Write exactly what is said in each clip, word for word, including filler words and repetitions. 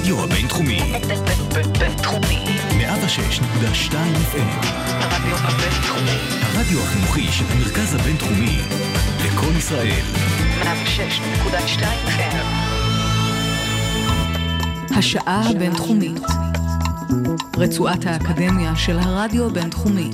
הרדיו הבינתחומי. בינתחומי. מאה ושש נקודה שתיים אף אם. הרדיו הבינתחומי. הרדיו החינוכי של המרכז הבינתחומי. לכל ישראל. מאה ושש נקודה שתיים אף אם. השעה הבינתחומית. רצועת האקדמיה של הרדיו הבינתחומי.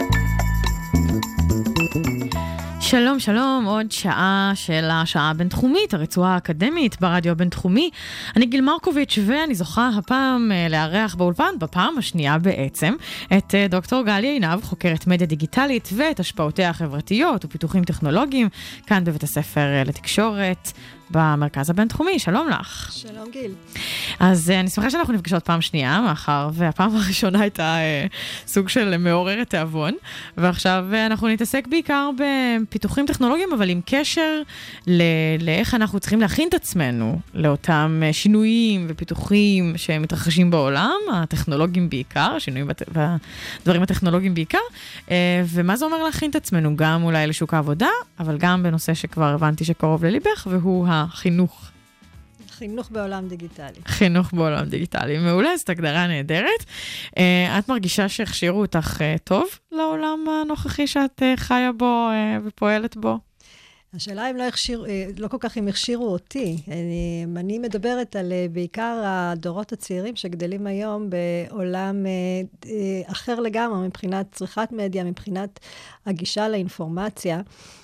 שלום, שלום, עוד שעה של השעה הבינתחומית, הרצועה האקדמית ברדיו הבינתחומי. אני גיל מרקוביץ' ואני זוכה הפעם לארח באולפן, בפעם השנייה בעצם, את דוקטור גלי עינב, חוקרת מדיה דיגיטלית ואת השפעותיה החברתיות ופיתוחים טכנולוגיים, כאן בבית הספר לתקשורת במרכז הבינתחומי. שלום לך. שלום גיל. אז אני שמחה שאנחנו נפגשות פעם שנייה, מאחר והפעם הראשונה הייתה אה, סוג של מעוררת תיאבון, ועכשיו אנחנו נתעסק בעיקר בפיתוחים טכנולוגיים, אבל עם קשר ל- לאיך אנחנו צריכים להכין את עצמנו לאותם שינויים ופיתוחים שמתרחשים בעולם, הטכנולוגיים בעיקר, השינויים בדברים הטכנולוגיים בעיקר, אה, ומה זה אומר להכין את עצמנו, גם אולי לשוק העבודה, אבל גם בנושא שכבר הבנתי שקרוב לליבך, והוא החינוך. חינוך בעולם דיגיטלי. חינוך בעולם דיגיטלי. מעולה, זאת הגדרה נהדרת. את מרגישה שהכשירו אותך טוב לעולם הנוכחי שאת חיה בו ופועלת בו? השאלה אם לא הכשירו, לא כל כך אם הכשירו אותי. אני, אני מדברת על בעיקר הדורות הצעירים שגדלים היום בעולם אחר לגמרי, מבחינת צריכת מדיה, מבחינת הגישה לאינפורמציה.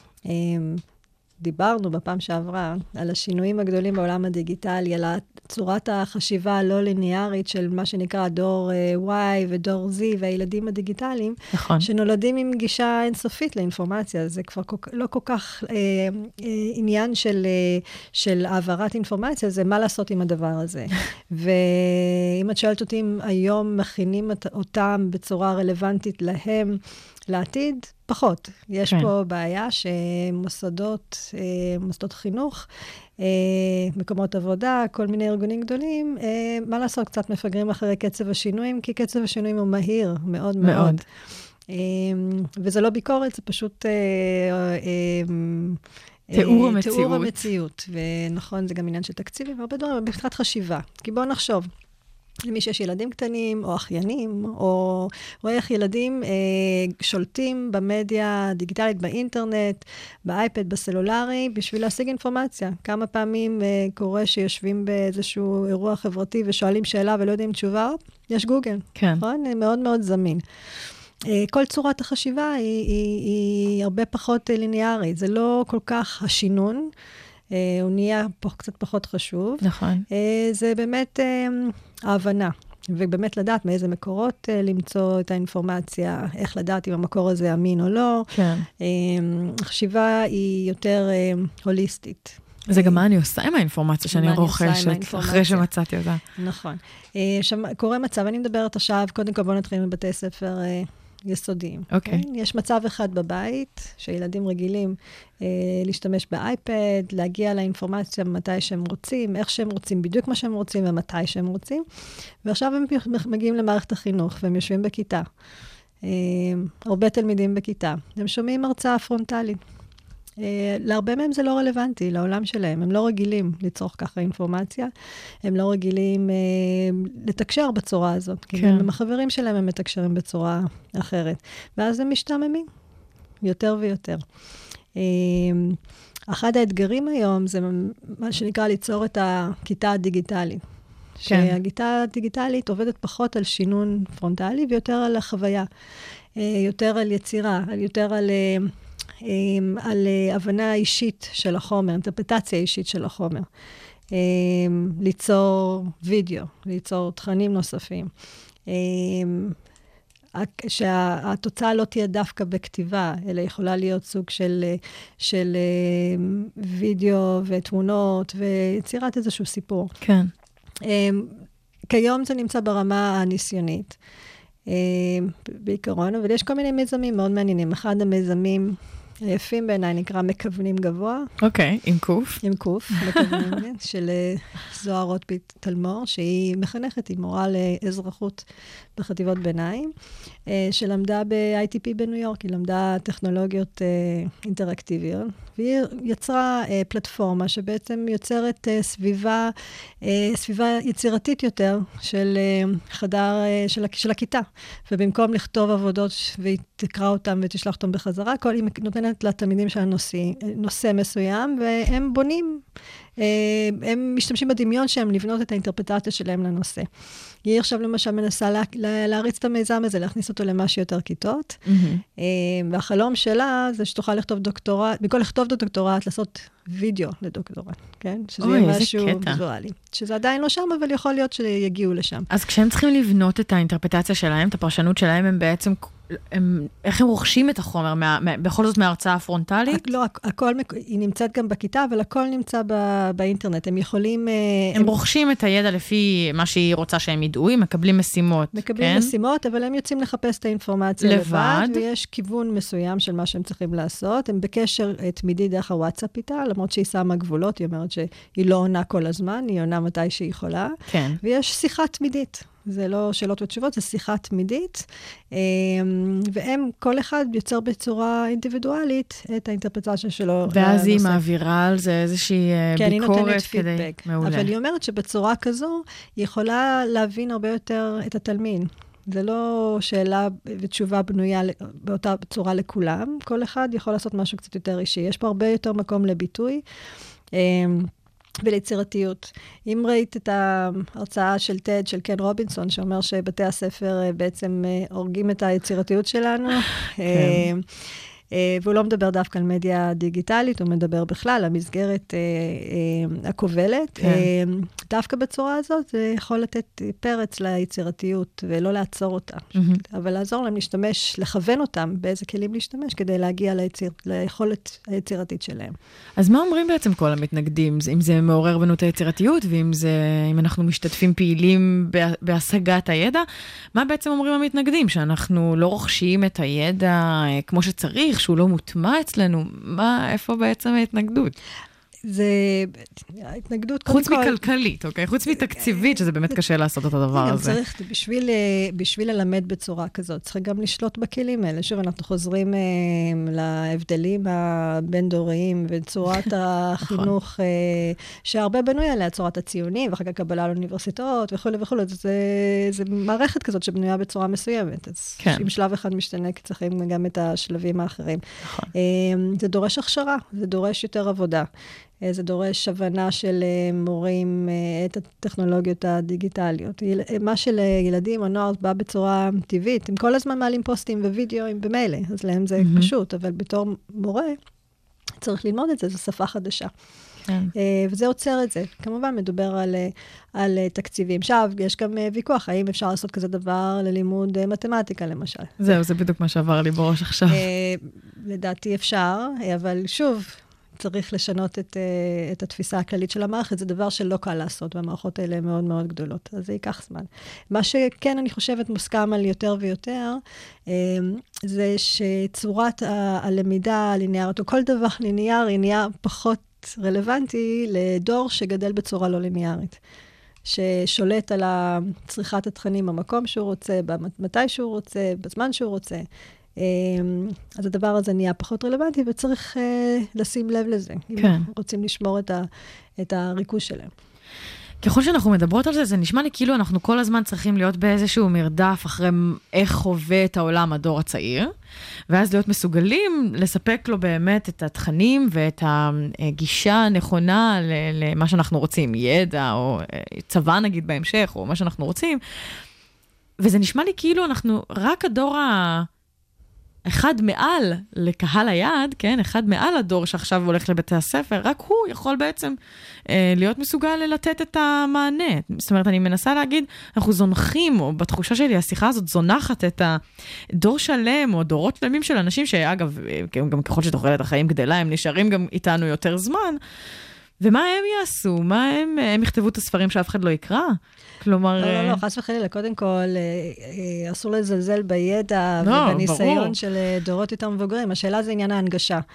דיברנו בפעם שעברה על השינויים הגדולים בעולם הדיגיטלי, על צורת החשיבה הלא ליניארית של מה שנקרא דור Y ודור Z והילדים הדיגיטליים, נכון. שנולדים עם גישה אינסופית לאינפורמציה. זה כבר לא כל כך אה, אה, עניין של, אה, של העברת אינפורמציה, זה מה לעשות עם הדבר הזה. ואם את שואלת אותי אם היום מכינים אותם בצורה רלוונטית להם, לעתיד, פחות. יש כן. פה בעיה שמוסדות, מוסדות חינוך, מקומות עבודה, כל מיני ארגונים גדולים, מה לעשות, קצת מפגרים אחרי קצב השינויים, כי קצב השינויים הוא מהיר, מאוד מאוד. מאוד. וזה לא ביקורת, זה פשוט תיאור המציאות. תיאור המציאות. ונכון, זה גם עניין של תקציבים, הרבה דברים, בכלל חשיבה. כי בואו נחשוב. למי שיש ילדים קטנים, או אחיינים, או רואה איך ילדים אה, שולטים במדיה דיגיטלית, באינטרנט, באייפד, בסלולרי, בשביל להשיג אינפורמציה. כמה פעמים אה, קורה שיושבים באיזשהו אירוע חברתי ושואלים שאלה ולא יודעים תשובה, יש גוגל. כן. נכון? מאוד מאוד זמין. אה, כל צורת החשיבה היא, היא, היא הרבה פחות ליניארית. זה לא כל כך השינון, Uh, הוא נהיה פה קצת פחות חשוב. נכון. Uh, זה באמת uh, ההבנה, ובאמת לדעת מאיזה מקורות uh, למצוא את האינפורמציה, איך לדעת אם המקור הזה אמין או לא. כן. Uh, החשיבה היא יותר uh, הוליסטית. זה גם מה אני עושה עם האינפורמציה שאני רוכשת, אחרי שמצאתי אותה. נכון. Uh, שם קורה מצב, אני מדברת עכשיו, קודם כל בוא נתחיל מבתי ספר uh, יסודיים. אוקיי. Okay. יש מצב אחד בבית, שילדים רגילים אה, להשתמש באייפד, להגיע לאינפורמציה מתי שהם רוצים, איך שהם רוצים, בדיוק מה שהם רוצים ומתי שהם רוצים. ועכשיו הם מגיעים למערכת החינוך, והם יושבים בכיתה. אה, הרבה תלמידים בכיתה. הם שומעים הרצאה פרונטלית. Uh, להרבה מהם זה לא רלוונטי, לעולם שלהם. הם לא רגילים לצרוך ככה אינפורמציה, הם לא רגילים uh, לתקשר בצורה הזאת. כן. כי עם החברים שלהם הם מתקשרים בצורה אחרת. ואז הם משתעממים יותר ויותר. Uh, אחד האתגרים היום זה מה שנקרא ליצור את הכיתה הדיגיטלית. כן. שהגיטה הדיגיטלית עובדת פחות על שינון פרונטלי ויותר על החוויה. Uh, יותר על יצירה, יותר על... Uh, על הבנה אישית של החומר, אינטרפטציה אישית של החומר. ליצור וידאו, ליצור תכנים נוספים. שהתוצאה לא תהיה דווקא בכתיבה, אלא יכולה להיות סוג של, של וידאו ותמונות, ויצירת איזשהו סיפור. כן. כיום זה נמצא ברמה הניסיונית. בעיקרון, אבל יש כל מיני מיזמים מאוד מעניינים. אחד המיזמים היפים בעיניי נקרא מכוונים גבוה. אוקיי, עם קוף. עם קוף, מכוונים, של זוהר רוטבליט תלמור, שהיא מחנכת, היא מורה לאזרחות בחטיבות ביניים, שלמדה ב-איי טי פי בניו יורק, היא למדה טכנולוגיות אינטראקטיביות, והיא יצרה אה, פלטפורמה שבעצם יוצרת אה, סביבה, אה, סביבה יצירתית יותר של אה, חדר, אה, של, של הכיתה. ובמקום לכתוב עבודות והיא תקרא אותם ותשלח אותם בחזרה, כל היא נותנת לתלמידים של הנושא, נושא מסוים, והם בונים, הם משתמשים בדמיון שהם לבנות את האינטרפטציה שלהם לנושא. היא עכשיו למשל מנסה לה, לה, להריץ את המיזם הזה, להכניס אותו למה שיותר כיתות, mm-hmm. והחלום שלה זה שתוכל לכתוב דוקטורט, במקום לכתוב דוקטורט, לעשות וידאו לדוקטורט, כן? שזה אוי, יהיה משהו ויזואלי. שזה עדיין לא שם, אבל יכול להיות שיגיעו לשם. אז כשהם צריכים לבנות את האינטרפטציה שלהם, את הפרשנות שלהם, הם בעצם... הם, איך הם רוכשים את החומר, מה, מה, בכל זאת מההרצאה הפרונטלית? לא, הכל, היא נמצאת גם בכיתה, אבל הכל נמצא ב, באינטרנט. הם יכולים... הם, הם רוכשים את הידע לפי מה שהיא רוצה שהם ידעו, הם מקבלים משימות. מקבלים כן? משימות, אבל הם יוצאים לחפש את האינפורמציה לבד. לבד, ויש כיוון מסוים של מה שהם צריכים לעשות. הם בקשר תמידי דרך הוואטסאפ איתה, למרות שהיא שמה גבולות, היא אומרת שהיא לא עונה כל הזמן, היא עונה מתי שהיא יכולה. כן. ויש שיחה תמידית. זה לא שאלות ותשובות, זה שיחה תמידית, והם, כל אחד יוצר בצורה אינדיבידואלית את האינטרפרטציה שלו. ואז היא מעבירה על זה איזושהי כן, ביקורת. היא נותנת פידבק. מעולה. אבל היא אומרת שבצורה כזו, היא יכולה להבין הרבה יותר את התלמיד. זה לא שאלה ותשובה בנויה באותה צורה לכולם, כל אחד יכול לעשות משהו קצת יותר אישי. יש פה הרבה יותר מקום לביטוי. וליצירתיות. אם ראית את ההרצאה של טד, של קן רובינסון, שאומר שבתי הספר בעצם הורגים את היצירתיות שלנו, כן. והוא לא מדבר דווקא על מדיה דיגיטלית, הוא מדבר בכלל, המסגרת הכובלת. כן. דווקא בצורה הזאת, זה יכול לתת פרץ ליצירתיות, ולא לעצור אותה. Mm-hmm. אבל לעזור להם להשתמש, לכוון אותם באיזה כלים להשתמש, כדי להגיע ליציר, ליכולת היצירתית שלהם. אז מה אומרים בעצם כל המתנגדים? אם זה מעורר בנו את היצירתיות, ואם זה, אם אנחנו משתתפים פעילים בהשגת הידע, מה בעצם אומרים המתנגדים? שאנחנו לא רוכשים את הידע כמו שצריך, שהוא לא מוטמע אצלנו? מה, איפה בעצם ההתנגדות? זה התנגדות חוץ מכלכלית, אוקיי? חוץ מתקציבית, שזה באמת קשה לעשות את הדבר הזה. צריך, בשביל, בשביל ללמד בצורה כזאת, צריך גם לשלוט בכלים האלה. שוב, אנחנו חוזרים להבדלים הבין-דוריים וצורת החינוך, שהרבה בנוי עליה, צורת הציונים, ואחר כך קבלה לאוניברסיטאות וכו' וכו'. זה, זה מערכת כזאת שבנויה בצורה מסוימת. אז אם שלב אחד משתנה, כי צריכים גם את השלבים האחרים. זה דורש הכשרה, זה דורש יותר עבודה. זה דורש הבנה של מורים את הטכנולוגיות הדיגיטליות. מה של ילדים או נוער בא בצורה טבעית. הם כל הזמן מעלים פוסטים ווידאוים במילא, אז להם זה mm-hmm. פשוט, אבל בתור מורה צריך ללמוד את זה, זו שפה חדשה. כן. וזה עוצר את זה. כמובן מדובר על, על תקציבים. עכשיו, יש גם ויכוח, האם אפשר לעשות כזה דבר ללימוד מתמטיקה, למשל. זהו, זה בדיוק מה שעבר לי בראש עכשיו. לדעתי אפשר, אבל שוב, צריך לשנות את, את התפיסה הכללית של המערכת. זה דבר שלא קל לעשות, והמערכות האלה הן מאוד מאוד גדולות. אז זה ייקח זמן. מה שכן, אני חושבת, מוסכם על יותר ויותר, זה שצורת הלמידה הליניארית, או כל דבר ליניארי, נהיה פחות רלוונטי לדור שגדל בצורה לא ליניארית. ששולט על צריכת התכנים במקום שהוא רוצה, מתי שהוא רוצה, בזמן שהוא רוצה. אז הדבר הזה נהיה פחות רלוונטי, וצריך לשים לב לזה, אם רוצים לשמור את הריכוז שלהם. ככל שאנחנו מדברות על זה, זה נשמע לי כאילו אנחנו כל הזמן צריכים להיות באיזשהו מרדף אחרי איך חווה את העולם הדור הצעיר, ואז להיות מסוגלים לספק לו באמת את התכנים ואת הגישה הנכונה למה שאנחנו רוצים, ידע או צבא נגיד בהמשך, או מה שאנחנו רוצים. וזה נשמע לי כאילו אנחנו רק הדור ה... אחד מעל לקהל היעד, כן, אחד מעל הדור שעכשיו הולך לבתי הספר, רק הוא יכול בעצם אה, להיות מסוגל לתת את המענה. זאת אומרת, אני מנסה להגיד, אנחנו זונחים, או בתחושה שלי, השיחה הזאת זונחת את הדור שלם, או דורות שלמים של אנשים, שאגב, גם ככל שתוחלת החיים גדלה, הם נשארים גם איתנו יותר זמן, ומה הם יעשו? מה הם, הם יכתבו את הספרים שאף אחד לא יקרא? כלומר... לא, לא, לא, חס וחלילה. קודם כל, אסור לזלזל בידע ובניסיון של דורות יותר מבוגרים. השאלה זה עניין ההנגשה.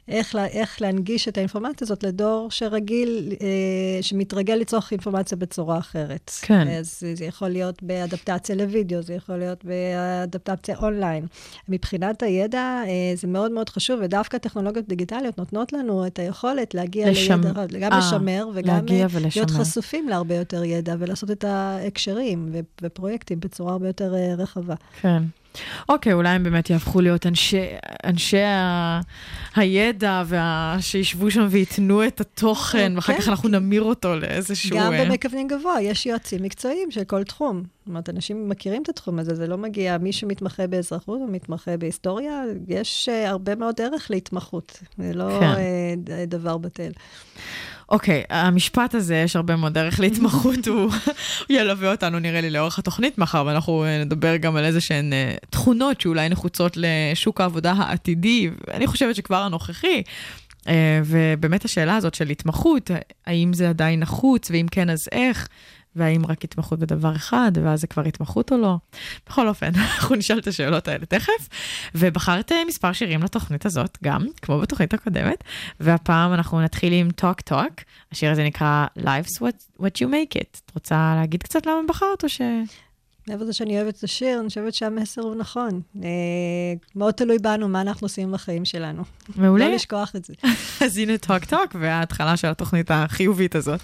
איך, לה, איך להנגיש את האינפורמציה הזאת לדור שרגיל, אה, שמתרגל לצורך אינפורמציה בצורה אחרת. כן. אז זה יכול להיות באדפטציה לוידאו, זה יכול להיות באדפטציה אונליין. מבחינת הידע, אה, זה מאוד מאוד חשוב, ודווקא טכנולוגיות דיגיטליות נותנות לנו את היכולת להגיע לשם... לידע, גם 아, לשמר, וגם להיות חשופים להרבה יותר ידע, ולעשות את ההקשרים ו- ופרויקטים בצורה הרבה יותר אה, רחבה. כן. אוקיי, אולי הם באמת יהפכו להיות אנשי, אנשי ה... הידע, וה... שישבו שם ויתנו את התוכן, ואחר כך אנחנו נמיר אותו לאיזשהו... גם במכוונים גבוה, יש יועצים מקצועיים של כל תחום. זאת אומרת, אנשים מכירים את התחום הזה, זה לא מגיע, מי שמתמחה באזרחות או מתמחה בהיסטוריה, יש הרבה מאוד ערך להתמחות, זה לא כן. דבר בטל. אוקיי, okay, המשפט הזה, יש הרבה מאוד דרך להתמחות, הוא ילווה אותנו, נראה לי, לאורך התוכנית מחר, ואנחנו נדבר גם על איזה שהן תכונות שאולי נחוצות לשוק העבודה העתידי, ואני חושבת שכבר הנוכחי, ובאמת השאלה הזאת של התמחות, האם זה עדיין נחוץ, ואם כן, אז איך, והאם רק התמחות בדבר אחד, ואז זה כבר התמחות או לא. בכל אופן, אנחנו נשאל את השאלות האלה תכף, ובחרת מספר שירים לתוכנית הזאת, גם, כמו בתוכנית הקודמת, והפעם אנחנו נתחיל עם Talk Talk, השיר הזה נקרא Life's What, What You Make It. את רוצה להגיד קצת למה בחרת, או ש... מעבר לזה שאני אוהבת את השיר, אני חושבת שהמסר הוא נכון. מאוד תלוי בנו מה אנחנו עושים בחיים שלנו. מעולה. לא לשכוח את זה. אז הנה Talk Talk, וההתחלה של התוכנית החיובית הזאת.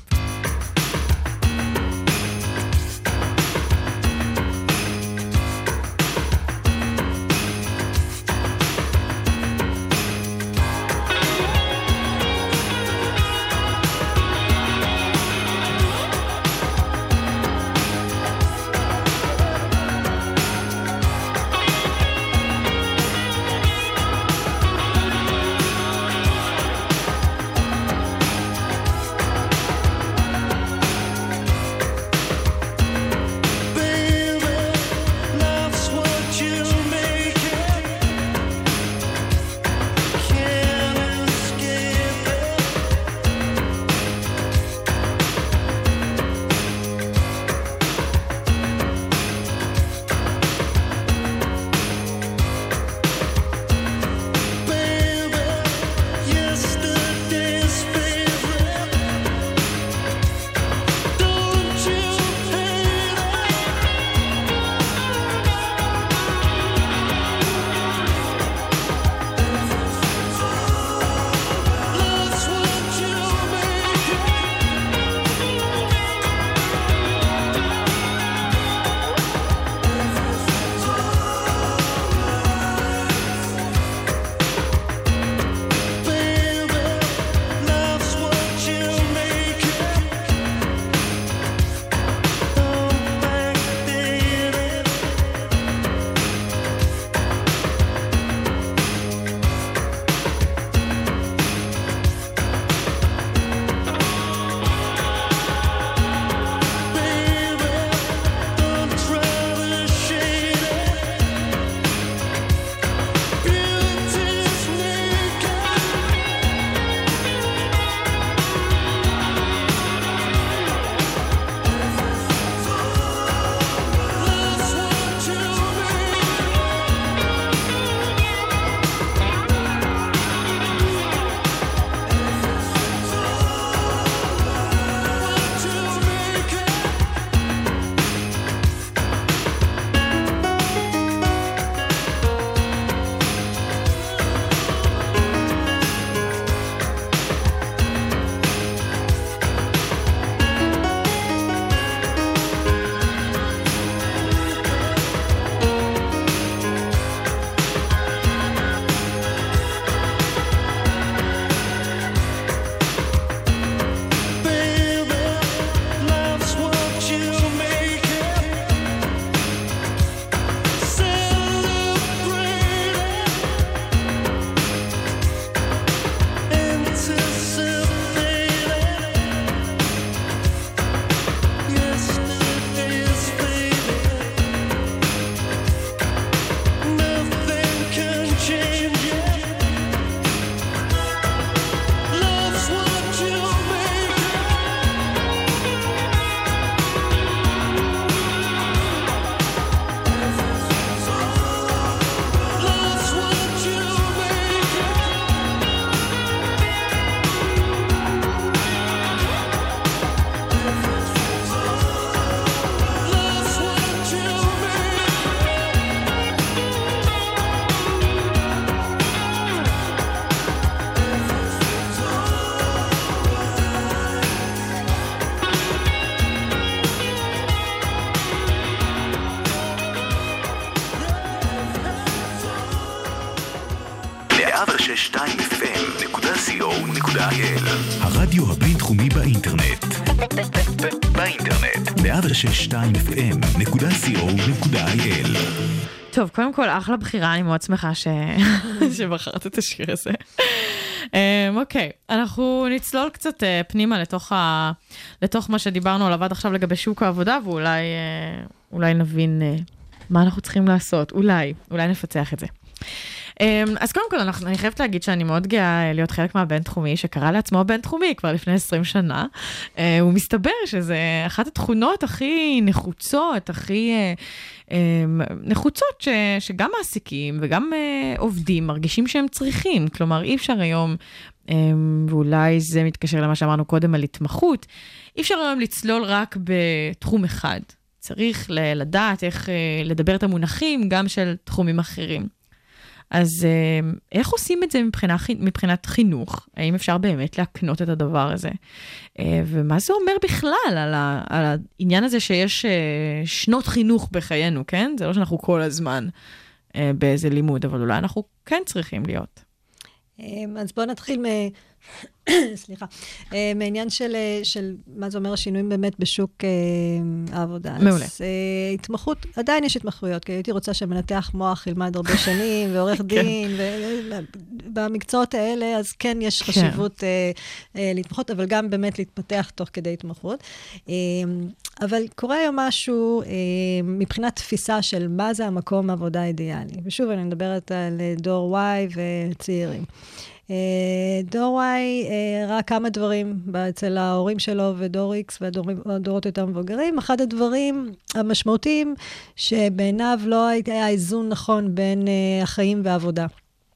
שש שתיים אף אם נקודה סי או נקודה איי אל. הרדיו הבינתחומי באינטרנט. באינטרנט. מאה ושש נקודה שתיים אף אם נקודה סי או נקודה איי אל. טוב, קודם כל, אחלה בחירה, אני מאוד שמחה ש... שבחרת את השיר הזה. אוקיי, אנחנו נצלול קצת פנימה לתוך, ה... לתוך מה שדיברנו עליו עד עכשיו לגבי שוק העבודה, ואולי אולי נבין מה אנחנו צריכים לעשות. אולי, אולי נפצח את זה. אז קודם כל, אנחנו, אני חייבת להגיד שאני מאוד גאה להיות חלק מהבינתחומי, שקרא לעצמו בינתחומי כבר לפני עשרים שנה. הוא מסתבר שזה אחת התכונות הכי נחוצות, הכי נחוצות ש, שגם מעסיקים וגם עובדים מרגישים שהם צריכים. כלומר, אי אפשר היום, ואולי זה מתקשר למה שאמרנו קודם על התמחות, אי אפשר היום לצלול רק בתחום אחד. צריך לדעת איך לדבר את המונחים גם של תחומים אחרים. אז איך עושים את זה מבחינה, מבחינת חינוך? האם אפשר באמת להקנות את הדבר הזה? ומה זה אומר בכלל על, ה, על העניין הזה שיש שנות חינוך בחיינו, כן? זה לא שאנחנו כל הזמן באיזה לימוד, אבל אולי אנחנו כן צריכים להיות. אז בואו נתחיל מ... סליחה, מעניין של, של מה זה אומר השינויים באמת בשוק העבודה. מעולה. אז התמחות, עדיין יש התמחויות, כי הייתי רוצה שמנתח מוח ילמד הרבה שנים, ועורך דין, ובמקצועות האלה, אז כן יש חשיבות להתמחות, אבל גם באמת להתפתח תוך כדי התמחות. אבל קורה היום משהו מבחינת תפיסה של מה זה המקום העבודה האידיאלי. ושוב, אני מדברת על דור Y וצעירים. דור וואי ראה כמה דברים אצל ההורים שלו ודור X והדורות יותר מבוגרים. אחד הדברים המשמעותיים שבעיניו לא היה איזון נכון בין החיים והעבודה.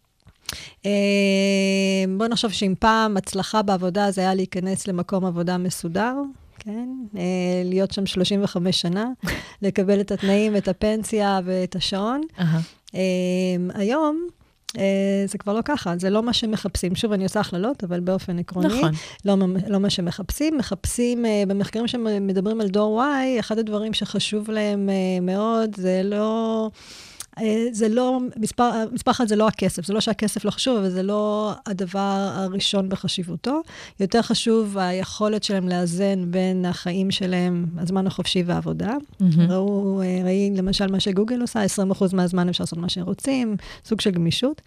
בוא נחשוב שאם פעם הצלחה בעבודה זה היה להיכנס למקום עבודה מסודר, כן? להיות שם שלושים וחמש שנה, לקבל את התנאים, את הפנסיה ואת השעון. היום זה כבר לא ככה, זה לא מה שמחפשים. שוב, אני עושה הכללות, אבל באופן עקרוני, נכון. לא, לא מה שמחפשים. מחפשים, במחקרים שמדברים על דור Y, אחד הדברים שחשוב להם מאוד, זה לא... זה לא, מספר, מספר אחד זה לא הכסף, זה לא שהכסף לא חשוב, אבל זה לא הדבר הראשון בחשיבותו. יותר חשוב היכולת שלהם לאזן בין החיים שלהם, הזמן החופשי והעבודה. Mm-hmm. ראו, ראי למשל מה שגוגל עושה, עשרים אחוז מהזמן אפשר לעשות מה שהם רוצים, סוג של גמישות.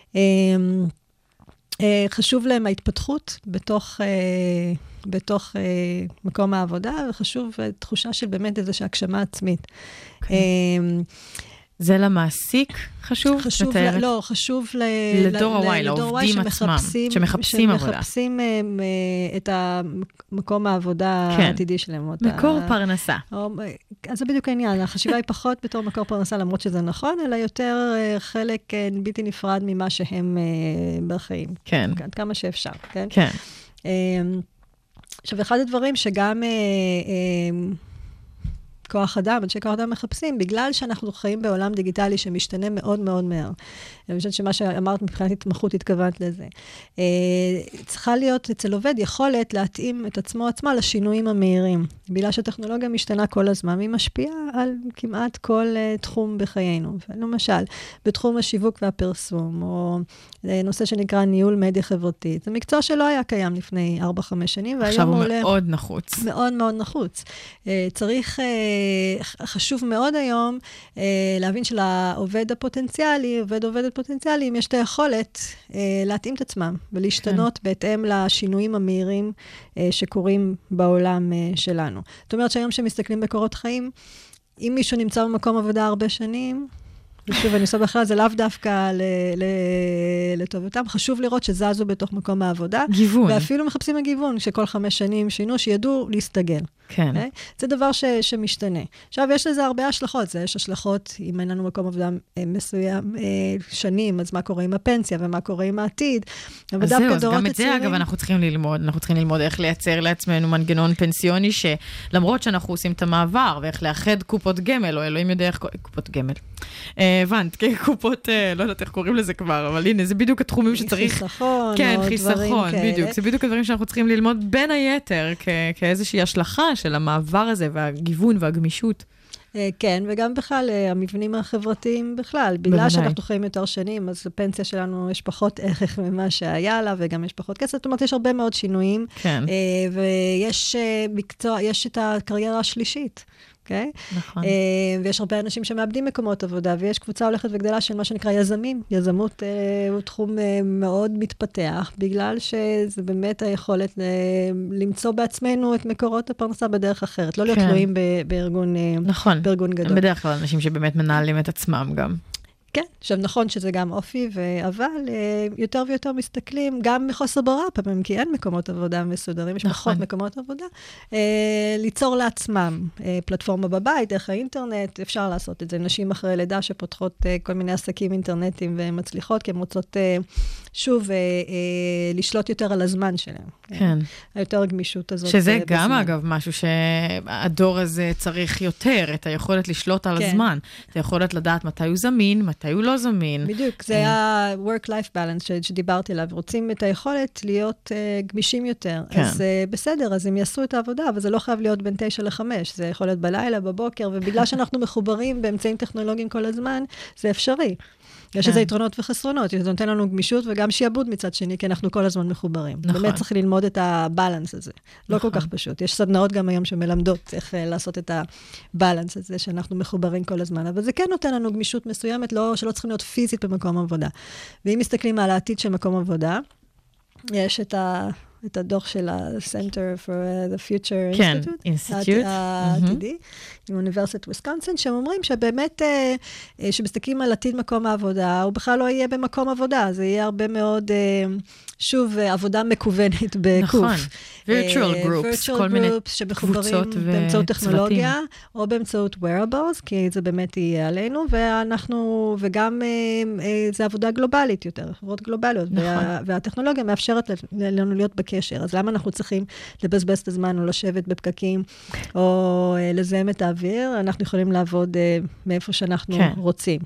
חשוב להם ההתפתחות בתוך, בתוך מקום העבודה, וחשוב תחושה של באמת איזושהי הגשמה עצמית. Okay. זה למעסיק חשוב? חשוב, ל, לא, חשוב ל, לדור הוואי, לעובדים עצמם, שמחפשים עבודה. שמחפשים את המקום העבודה כן. העתידי שלהם. מקור ה... פרנסה. או, אז זה בדיוק העניין, החשיבה היא פחות בתור מקור פרנסה, למרות שזה נכון, אלא יותר חלק בלתי נפרד ממה שהם בחיים. כן. עד כמה שאפשר, כן? כן. עכשיו, אחד הדברים שגם... כוח אדם, אנשי כוח אדם מחפשים, בגלל שאנחנו חיים בעולם דיגיטלי שמשתנה מאוד מאוד מהר. אני חושבת שמה שאמרת מבחינת התמחות התכוונת לזה. צריכה להיות אצל עובד יכולת להתאים את עצמו עצמה לשינויים המהירים. בגלל שהטכנולוגיה משתנה כל הזמן, היא משפיעה על כמעט כל תחום בחיינו. למשל, בתחום השיווק והפרסום, או נושא שנקרא ניהול מדיה חברתית. זה מקצוע שלא היה קיים לפני ארבע חמש שנים, עכשיו הוא מאוד נחוץ. מאוד מאוד נחוץ. צריך... חשוב מאוד היום להבין שלעובד הפוטנציאלי, עובד עובדת פוטנציאלי, אם יש את היכולת להתאים את עצמם ולהשתנות בהתאם לשינויים המהירים שקורים בעולם שלנו. זאת אומרת שהיום שמסתכלים בקורות חיים, אם מישהו נמצא במקום עבודה הרבה שנים, ושוב, אני עושה בכלל, זה לאו דווקא לטובתם. חשוב לראות שזזו בתוך מקום העבודה. גיוון. ואפילו מחפשים הגיוון, שכל חמש שנים שינו, שידעו להסתגל. כן. Okay? זה דבר ש, שמשתנה. עכשיו, יש לזה הרבה השלכות. זה יש השלכות, אם אין לנו מקום עבודה מסוים שנים, אז מה קורה עם הפנסיה, ומה קורה עם העתיד. אז זהו, אז גם את זה, אגב, אנחנו צריכים ללמוד. אנחנו צריכים ללמוד איך לייצר לעצמנו מנגנון פנסיוני, שלמרות שאנחנו עושים את המעבר, ואיך לאחד קופות גמל, או אלוהים יודע איך קופות גמל. הבנת, קופות, לא יודעת איך קוראים לזה כבר, אבל הנה, זה בדיוק התחומים שצריך... חיסכון, כן, חיסכון, בדיוק. זה בדיוק הדברים שאנחנו צריכים ללמוד בין היתר, כאיזושהי השלכה של המעבר הזה, והגיוון והגמישות. כן, וגם בכלל, המבנים החברתיים בכלל, בגלל שאנחנו חיים יותר שנים, אז הפנסיה שלנו יש פחות ערך ממה שהיה לה, וגם יש פחות כסף, זאת אומרת, יש הרבה מאוד שינויים, כן. ויש מקצוע, יש את הקריירה השלישית. Okay? נכון. Uh, ויש הרבה אנשים שמאבדים מקומות עבודה, ויש קבוצה הולכת וגדלה של מה שנקרא יזמים. יזמות uh, הוא תחום uh, מאוד מתפתח, בגלל שזה באמת היכולת uh, למצוא בעצמנו את מקורות הפרנסה בדרך אחרת, לא להיות תלויים כן. בארגון, נכון. בארגון גדול. בדרך כלל אנשים שבאמת מנהלים את עצמם גם. כן, עכשיו נכון שזה גם אופי, אבל יותר ויותר מסתכלים, גם מחוסר ברירה פעמים, כי אין מקומות עבודה מסודרים, יש פחות מקומות עבודה, ליצור לעצמם פלטפורמה בבית, דרך האינטרנט, אפשר לעשות את זה. נשים אחרי לידה שפותחות כל מיני עסקים אינטרנטיים ומצליחות, כי הן רוצות שוב לשלוט יותר על הזמן שלהם. כן. היותר גמישות הזאת. שזה גם אגב משהו שהדור הזה צריך יותר, את היכולת לשלוט על הזמן. את היכולת לדעת מתי הוא זמין, מתי הוא לא זמין. בדיוק, זה היה work-life balance שדיברתי עליו, רוצים את היכולת להיות גמישים יותר. אז בסדר, אז הם יעשו את העבודה, אבל זה לא חייב להיות בין תשע לחמש, זה יכול להיות בלילה, בבוקר, ובגלל שאנחנו מחוברים באמצעים טכנולוגיים כל הזמן, זה אפשרי. יש איזה יתרונות וחסרונות, זה נותן לנו גמישות וגם שיעבוד מצד שני, כי אנחנו כל הזמן מחוברים. נכון. באמת צריך ללמוד את הבלנס הזה. לא נכון. כל כך פשוט. יש סדנאות גם היום שמלמדות איך לעשות את הבלנס הזה, שאנחנו מחוברים כל הזמן. אבל זה כן נותן לנו גמישות מסוימת, לא, שלא צריכים להיות פיזית במקום עבודה. ואם מסתכלים על העתיד של מקום עבודה, יש את ה... את הדוח של ה-Center for the Future כן, Institute. Institute. העתידי, עם אוניברסיטת וויסקונסין, שהם אומרים שבאמת, שמסתכלים על עתיד מקום העבודה, הוא בכלל לא יהיה במקום עבודה, זה יהיה הרבה מאוד, שוב, עבודה מקוונת בקוף. נכון, virtual groups, כל מיני שמחוברים באמצעות טכנולוגיה, או באמצעות wearables, כי זה באמת יהיה עלינו, ואנחנו, וגם זה עבודה גלובלית יותר, חברות גלובליות, והטכנולוגיה מאפשרת לנו להיות בקשר. אז למה אנחנו צריכים לבזבז את הזמן או לשבת בפקקים, או לזהם את האוויר? אנחנו יכולים לעבוד מאיפה שאנחנו כן. רוצים.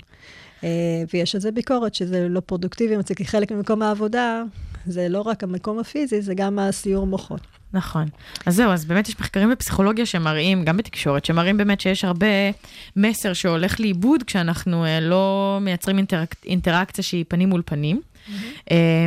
ויש איזה ביקורת שזה לא פרודוקטיבי, כי חלק ממקום העבודה, זה לא רק המקום הפיזי, זה גם הסיור מוחות. נכון. אז זהו, אז באמת יש מחקרים בפסיכולוגיה שמראים, גם בתקשורת, שמראים באמת שיש הרבה מסר שהולך לאיבוד, כשאנחנו לא מייצרים אינטרק... אינטראקציה שהיא פנים מול פנים. Mm-hmm.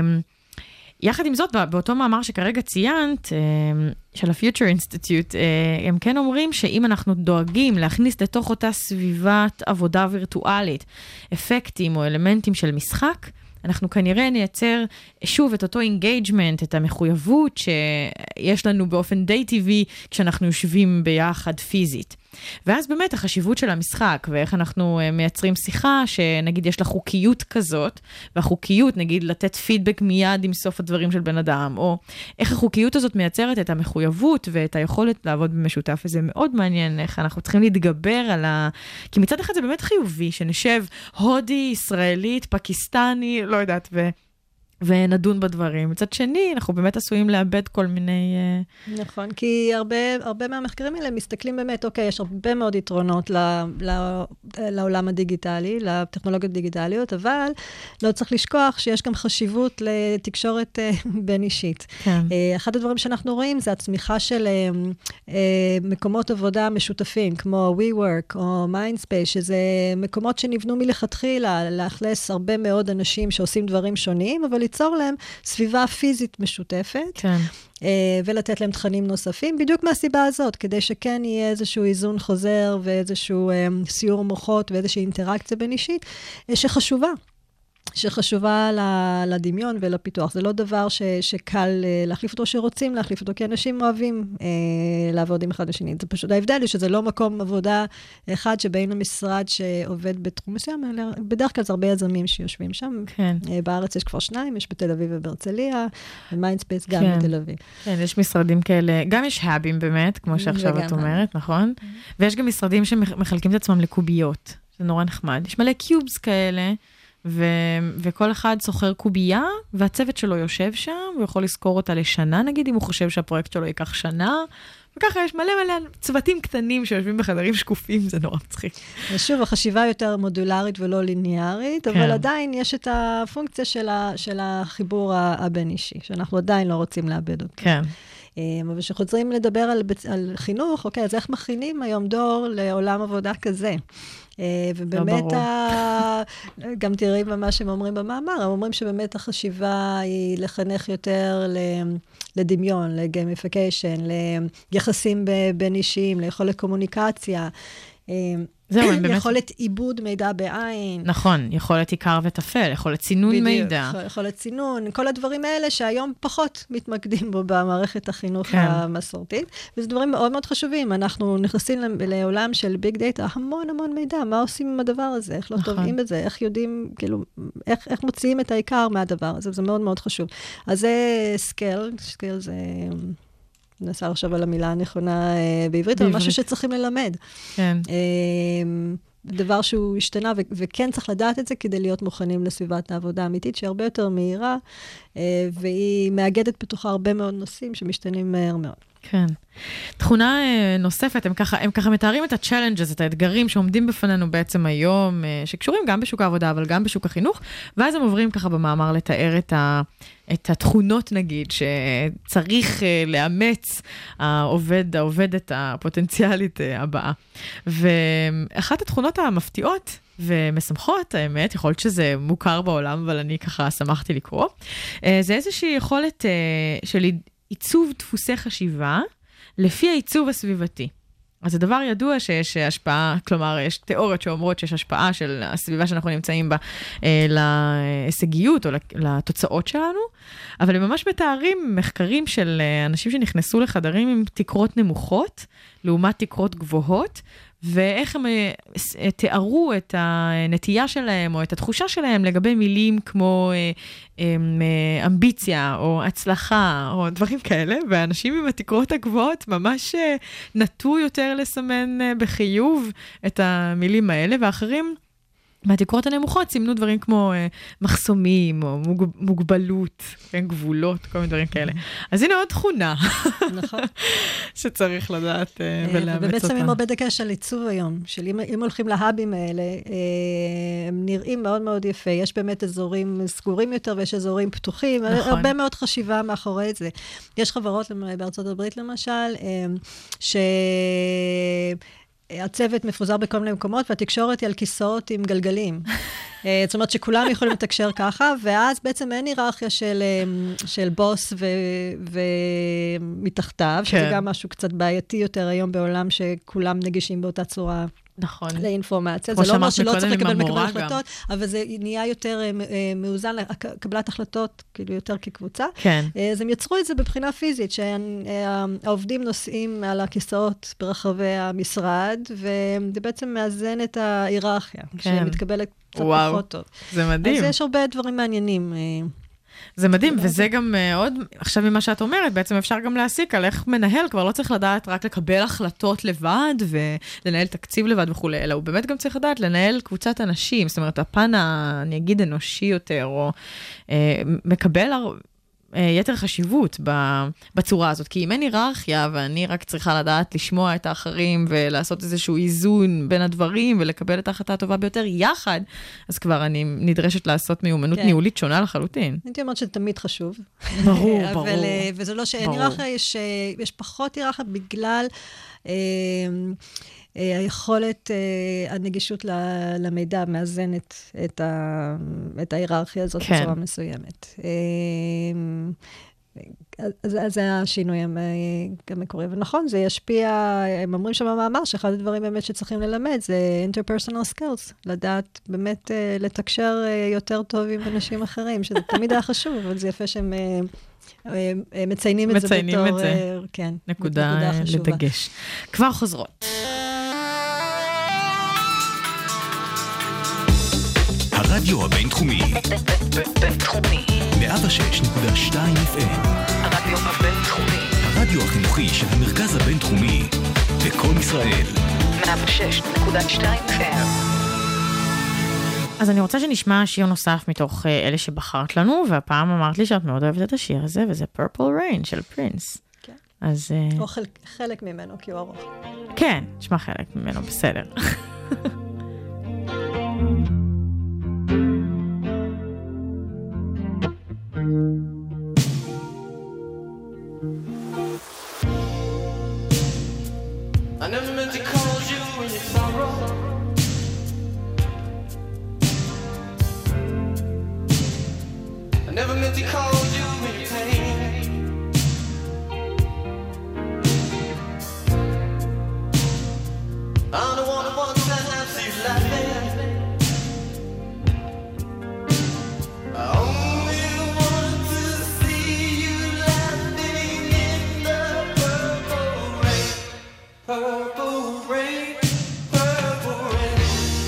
יחד עם זאת, באותו מאמר שכרגע ציינת, של ה-Future Institute, הם כן אומרים שאם אנחנו דואגים להכניס לתוך אותה סביבת עבודה וירטואלית, אפקטים או אלמנטים של משחק, אנחנו כנראה נייצר שוב את אותו engagement, את המחויבות שיש לנו באופן די טבעי כשאנחנו יושבים ביחד פיזית. ואז באמת החשיבות של המשחק, ואיך אנחנו מייצרים שיחה, שנגיד יש לה חוקיות כזאת, והחוקיות, נגיד, לתת פידבק מיד עם סוף הדברים של בן אדם, או איך החוקיות הזאת מייצרת את המחויבות, ואת היכולת לעבוד במשותף, וזה מאוד מעניין איך אנחנו צריכים להתגבר על ה... כי מצד אחד זה באמת חיובי, שנשב הודי, ישראלית, פקיסטני, לא יודעת, ו... ונדון בדברים. מצד שני, אנחנו באמת עשויים לאבד כל מיני... נכון, כי הרבה, הרבה מהמחקרים האלה מסתכלים באמת, אוקיי, יש הרבה מאוד יתרונות ל, ל, לעולם הדיגיטלי, לטכנולוגיות דיגיטליות, אבל לא צריך לשכוח שיש גם חשיבות לתקשורת בין אישית. כן. אחד הדברים שאנחנו רואים זה הצמיחה של מקומות עבודה משותפים, כמו WeWork או Mindspace, שזה מקומות שנבנו מלכתחילה, לאכלס הרבה מאוד אנשים שעושים דברים שונים, אבל ליצור להם סביבה פיזית משותפת, כן. ולתת להם תכנים נוספים, בדיוק מהסיבה הזאת, כדי שכן יהיה איזשהו איזון חוזר, ואיזשהו סיור מוחות, ואיזושהי אינטראקציה בין אישית, שחשובה. שחשובה לדמיון ולפיתוח. זה לא דבר ש, שקל להחליף אותו, שרוצים להחליף אותו, כי אנשים אוהבים אה, לעבוד עם אחד השני. זה פשוט ההבדל היא שזה לא מקום עבודה אחד שבין המשרד שעובד בתחום מסוים, אלא בדרך כלל זה הרבה יזמים שיושבים שם. כן. אה, בארץ יש כבר שניים, יש בתל אביב ובהרצליה, ומיינדספייס גם כן. בתל אביב. כן, יש משרדים כאלה, גם יש האבים באמת, כמו שעכשיו את אומרת, נכון? ויש גם משרדים שמחלקים את עצמם לקוביות. זה נורא נחמד. יש מלא קיובס כאלה, ו- וכל אחד סוחר קובייה, והצוות שלו יושב שם, הוא יכול לזכור אותה לשנה, נגיד, אם הוא חושב שהפרויקט שלו ייקח שנה, וככה יש מלא מלא צוותים קטנים שיושבים בחדרים שקופים, זה נורא מצחיק. ושוב, החשיבה יותר מודולרית ולא ליניארית, כן. אבל עדיין יש את הפונקציה של, ה- של החיבור הבין-אישי, שאנחנו עדיין לא רוצים לאבד אותו. כן. אבל כשחוזרים לדבר על, על חינוך, אוקיי, אז איך מכינים היום דור לעולם עבודה כזה? ובאמת, ה... גם תראי מה שהם אומרים במאמר, הם אומרים שבאמת החשיבה היא לחנך יותר לדמיון, לגיימיפיקיישן, ליחסים בין אישיים, ליכולת קומוניקציה, זהו, באמת... יכולת עיבוד מידע בעין. נכון, יכולת עיקר וטפל, יכולת צינון בדיוק, מידע. יכולת צינון, כל הדברים האלה שהיום פחות מתמקדים בו במערכת החינוך כן. המסורתית, וזה דברים מאוד מאוד חשובים. אנחנו נכנסים לעולם של ביג דאטה, המון המון מידע, מה עושים עם הדבר הזה, איך לא נכון. טובעים בזה, איך יודעים, כאילו, איך, איך מוציאים את העיקר מהדבר הזה, זה מאוד מאוד חשוב. אז זה סקייל, סקייל זה... נסה עכשיו על המילה הנכונה בעברית, אבל משהו שצריכים ללמד. כן. דבר שהוא השתנה, וכן צריך לדעת את זה כדי להיות מוכנים לסביבת העבודה האמיתית, שהיא הרבה יותר מהירה, והיא מאגדת בתוכה הרבה מאוד נושאים שמשתנים מהר מאוד. כן. תכונה נוספת, הם ככה, הם ככה מתארים את ה-challenges, את האתגרים שעומדים בפנינו בעצם היום, שקשורים גם בשוק העבודה, אבל גם בשוק החינוך, ואז הם עוברים ככה במאמר לתאר את ה... את התכונות, נגיד, שצריך לאמץ העובד, העובדת הפוטנציאלית הבאה. ואחת התכונות המפתיעות ומשמחות, האמת, יכול להיות שזה מוכר בעולם, אבל אני ככה שמחתי לקרוא, זה איזושהי יכולת של עיצוב דפוסי חשיבה לפי העיצוב הסביבתי. אז זה דבר ידוע שיש השפעה, כלומר, יש תיאוריות שאומרות שיש השפעה של הסביבה שאנחנו נמצאים בה אה, להישגיות או לתוצאות שלנו, אבל הם ממש מתארים מחקרים של אנשים שנכנסו לחדרים עם תקרות נמוכות, לעומת תקרות גבוהות, ואיך הם תיארו את הנטייה שלהם או את התחושה שלהם לגבי מילים כמו אמביציה או הצלחה או דברים כאלה, ואנשים עם התקרות הגבוהות ממש נטו יותר לסמן בחיוב את המילים האלה, ואחרים מהתקרות הנמוכות סימנו דברים כמו אה, מחסומים, או מוג, מוגבלות, כן, גבולות, כל מיני דברים כאלה. אז הנה עוד תכונה. נכון. שצריך לדעת אה, ולאמץ אותה. ובאמת שמים הרבה דגש על עיצוב היום, של אם, אם הולכים להאבים האלה, אה, הם נראים מאוד מאוד יפה. יש באמת אזורים סגורים יותר, ויש אזורים פתוחים. נכון. הרבה מאוד חשיבה מאחורי זה. יש חברות בארצות הברית למשל, אה, ש... הצוות מפוזר בכל מיני מקומות, והתקשורת היא על כיסאות עם גלגלים. זאת אומרת שכולם יכולים לתקשר ככה, ואז בעצם אין היררכיה של, של בוס ו, ומתחתיו, שזה גם משהו קצת בעייתי יותר היום בעולם שכולם נגישים באותה צורה. נכון. לאינפורמציה. זה לא אומר שלא צריך לקבל מקבל החלטות, אבל זה נהיה יותר מאוזן, קבלת החלטות, כאילו יותר כקבוצה. כן. אז הם יצרו את זה בבחינה פיזית, שהעובדים נוסעים על הכיסאות ברחבי המשרד, וזה בעצם מאזן את ההיררכיה, שמתקבלת קצת פחות טוב. זה מדהים. אז יש הרבה דברים מעניינים. זה מדהים, וזה גם עוד, עכשיו ממה שאת אומרת, בעצם אפשר גם להסיק על איך מנהל, כבר לא צריך לדעת רק לקבל החלטות לבד, ולנהל תקציב לבד וכו', אלא הוא באמת גם צריך לדעת לנהל קבוצת אנשים, זאת אומרת, הפן, אני אגיד, אנושי יותר, או אה, מקבל יתר חשיבות בצורה הזאת, כי אם אין היררכיה, ואני רק צריכה לדעת לשמוע את האחרים, ולעשות איזשהו איזון בין הדברים, ולקבל את ההחלטה הטובה ביותר יחד, אז כבר אני נדרשת לעשות מיומנות כן. ניהולית שונה לחלוטין. הייתי אומרת שזה תמיד חשוב. ברור, ברור. אבל, וזה לא שאין היררכיה, יש, יש פחות היררכיה בגלל... היכולת, הנגישות למידע מאזנת את, ה, את ההיררכיה הזאת כן. בצורה מסוימת. אז זה השינוי המקורי. ונכון, זה ישפיע, הם אומרים שם במאמר, שאחד הדברים באמת שצריכים ללמד, זה interpersonal skills, לדעת באמת לתקשר יותר טוב עם אנשים אחרים, שזה תמיד היה חשוב, אבל זה יפה שהם... מציינים את זה בתור... מציינים את זה. כן. נקודה לדגש. כבר חוזרות. הרדיו הבינתחומי. בינתחומי. מאה ושש נקודה שתיים אף אם. הרדיו הבינתחומי. הרדיו החינוכי של המרכז הבינתחומי. בכל ישראל. מאה ושש נקודה שתיים אף אם. אז אני רוצה שנשמע שיר נוסף מתוך אלה שבחרת לנו, והפעם אמרת לי שאת מאוד אוהבת את השיר הזה, וזה Purple Rain של פרינס. כן. אז... או חלק, חלק ממנו, כי הוא ארוך. כן, נשמע חלק ממנו, בסדר. I never meant to cause you any sorrow. I never meant to cause you any pain. I'm the one who wants to see you laughing. I only want to see you laughing in the purple rain. Purple rain, purple rain.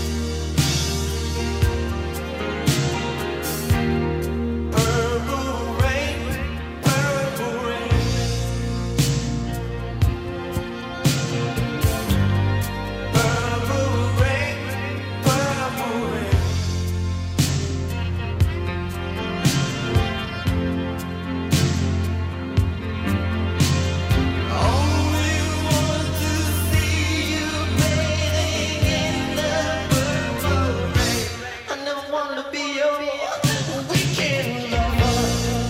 Purple rain, purple rain. Purple rain, purple rain. Only want to see you bathing in the purple rain. I never wanted to be your weekend lover.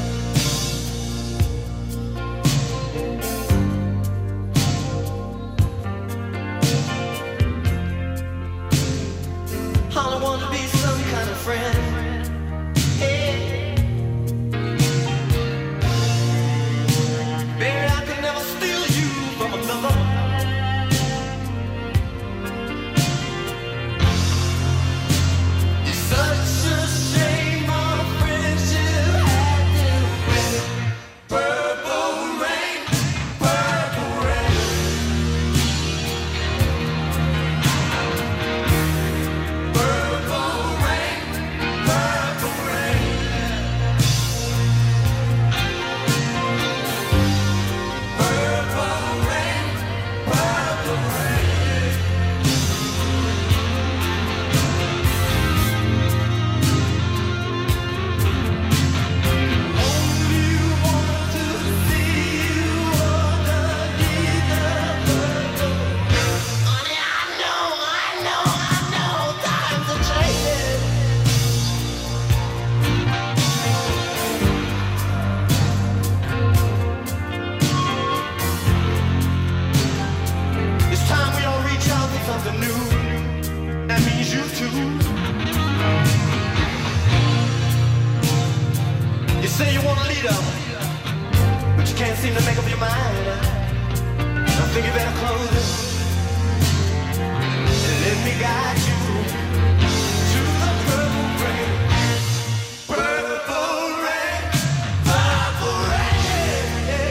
All I want to be some kind of friend. Hey. Baby, I could never steal you from another. It's such a shame our friendship had to end. Purple rain, purple rain. Purple rain, purple rain. Purple rain, purple rain. Only want to see you underneath the purple rain. Honey, I know, I know, I know times are changing. It's time we all reach out for something new. That means you too. You say you want a leader, but you can't seem to make up your mind. I think you better close it and let me guide you to the purple rain. Purple rain, purple rain.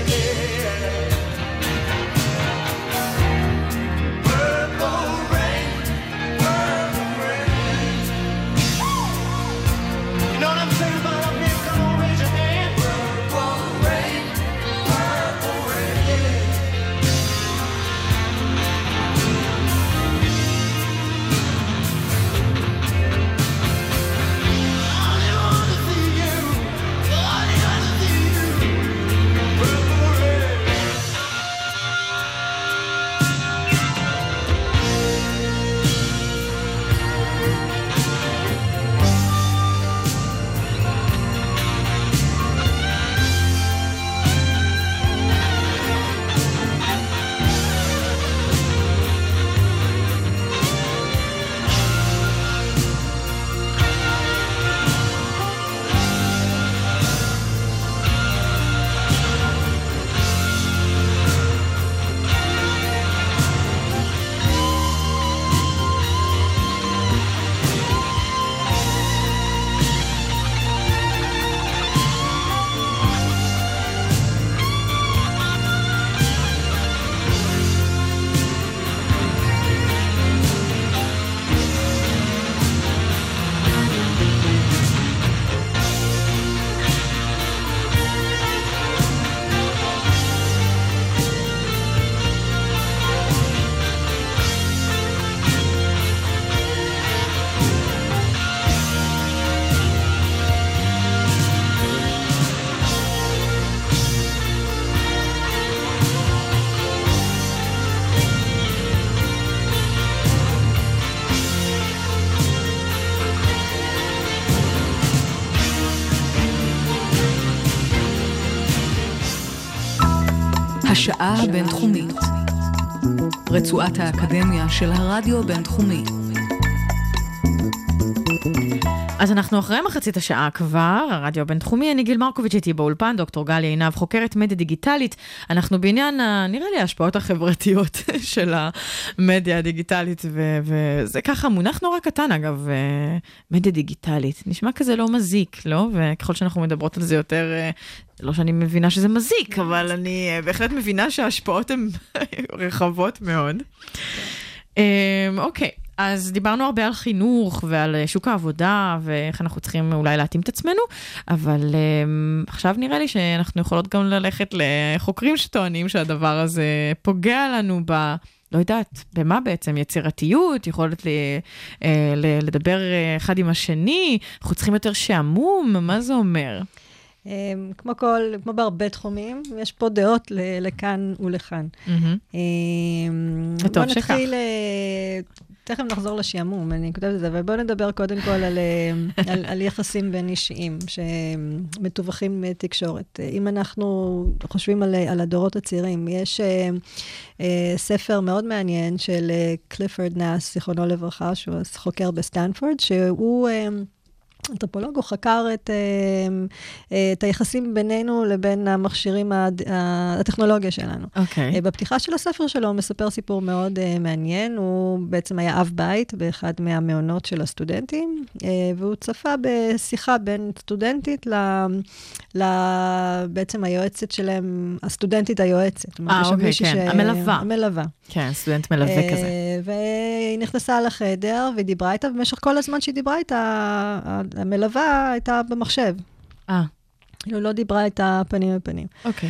Purple rain, purple rain. You know what I'm saying about up here? Come on, raise your hand. Purple rain, purple rain. Only want to see you. Only want to see you. Purple rain. השעה הבינתחומית, רצועת האקדמיה של הרדיו הבינתחומי. אז אנחנו אחרי מחצית השעה כבר, הרדיו הבינתחומי, אני גיל מרקוביץ' איתי באולפן, דוקטור גליה עינב, חוקרת מדיה דיגיטלית. אנחנו בעניין, נראה לי, ההשפעות החברתיות של המדיה הדיגיטלית, ו- וזה ככה מונח נורא קטן, אגב, מדיה דיגיטלית. נשמע כזה לא מזיק, לא? וככל שאנחנו מדברות על זה יותר, לא שאני מבינה שזה מזיק, אבל אני בהחלט מבינה שההשפעות הן רחבות מאוד. אוקיי. אז דיברנו הרבה על חינוך ועל שוק העבודה ואיך אנחנו צריכים אולי להתאים את עצמנו, אבל um, עכשיו נראה לי שאנחנו יכולות גם ללכת לחוקרים שטוענים שהדבר הזה פוגע לנו ב... לא יודעת, במה בעצם? יצירתיות, יכולת ל, ל, לדבר אחד עם השני, אנחנו צריכים יותר שעמום, מה זה אומר? כמו כל, כמו בהרבה תחומים, יש פה דעות לכאן ולכאן. בואו נתחיל... תכף נחזור לשעמום, אני כותבת את זה, אבל בואו נדבר קודם כל על, על, על יחסים בין אישיים, שמתווכים תקשורת. אם אנחנו חושבים על, על הדורות הצעירים, יש uh, uh, ספר מאוד מעניין של קליפורד נאס, זיכרונו לברכה, שהוא חוקר בסטנפורד, שהוא... Uh, אנתרופולוג, הוא חקר את, את היחסים בינינו לבין המכשירים, הטכנולוגיה שלנו. Okay. בפתיחה של הספר שלו הוא מספר סיפור מאוד מעניין, הוא בעצם היה אב בית באחד מהמעונות של הסטודנטים, והוא צפה בשיחה בין סטודנטית ל... ל... בעצם היועצת שלהם, הסטודנטית היועצת. אה, אוקיי, כן, ש... המלווה. המלווה. כן, סטודנט מלווה כזה. והיא נכנסה לחדר, והיא דיברה איתה, במשך כל הזמן שהיא דיברה איתה, המלווה הייתה במחשב. אה. היא לא דיברה איתה פנים בפנים. אוקיי.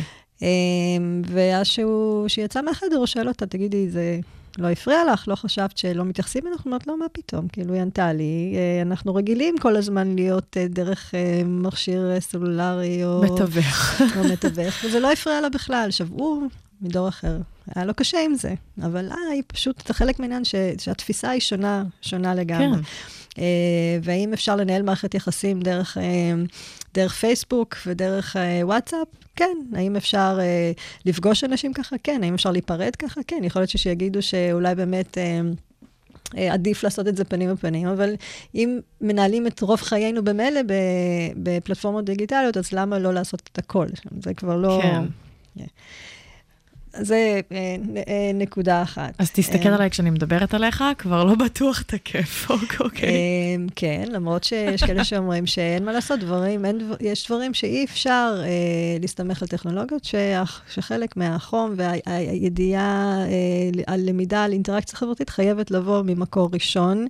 ואז שיצא מהחדר, הוא שואל אותה, תגידי, זה לא הפריע לך? לא חשבת שלא מתייחסים? אנחנו אומרת, לא, מה פתאום? כאילו, היא ענתה לי, אנחנו רגילים כל הזמן להיות דרך מכשיר סלולרי או... מתווך. או מתווך, וזה לא הפריע לה בכלל. שבעו מדור אחר. היה לו קשה עם זה. אבל אה, היא פשוט, זה חלק מעניין שהתפיסה היא שונה, שונה לגמרי. כן. Uh, והאם אפשר לנהל מערכת יחסים דרך, uh, דרך פייסבוק ודרך uh, וואטסאפ? כן. האם אפשר uh, לפגוש אנשים ככה? כן. האם אפשר להיפרד ככה? כן. יכול להיות שיגידו שאולי באמת uh, uh, עדיף לעשות את זה פנים בפנים, אבל אם מנהלים את רוב חיינו במילא בפלטפורמות דיגיטליות, אז למה לא לעשות את הכל? זה כבר לא... כן. Yeah. זה נקודה אחת. אז תסתכל עליי כשאני מדברת עליך, כבר לא בטוח תקף, אוקיי. כן, למרות שיש כאלה שאומרים שאין מה לעשות דברים, יש דברים שאי אפשר להסתמך על טכנולוגיות, שחלק מהחום והידיעה על למידה, על אינטראקציה חברתית, חייבת לבוא ממקור ראשון,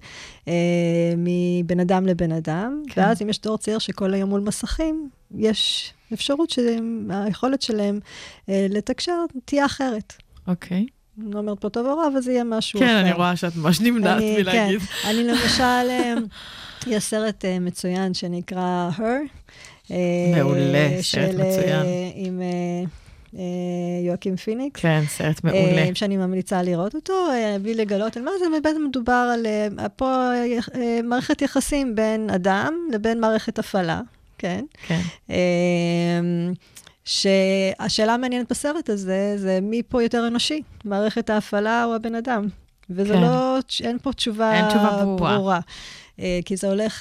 מבן אדם לבן אדם, ואז אם יש דור צעיר שכל היום מול מסכים, יש... אפשרות שהיכולת שלהם אה, לתקשר תהיה אחרת. אוקיי. אני לא אומרת פה טוב או רע, אבל זה יהיה משהו כן, אחר. כן, אני רואה שאת ממש נמנעת מלהגיד. כן, אני למשל, אה, יש סרט אה, מצוין שנקרא Her. אה, מעולה, סרט מצוין. אה, עם... אה, יואקים פיניקס. כן, סרט מעולה. שאני ממליצה לראות אותו, בלי לגלות על מה זה, ובעצם מדובר על פה מערכת יחסים בין אדם לבין מערכת הפעלה. כן. כן. שהשאלה המעניינת בסרט הזה, זה מי פה יותר אנושי, מערכת ההפעלה או הבן אדם. וזה כן. לא, אין פה תשובה, אין תשובה ברורה. ברורה. כי זה הולך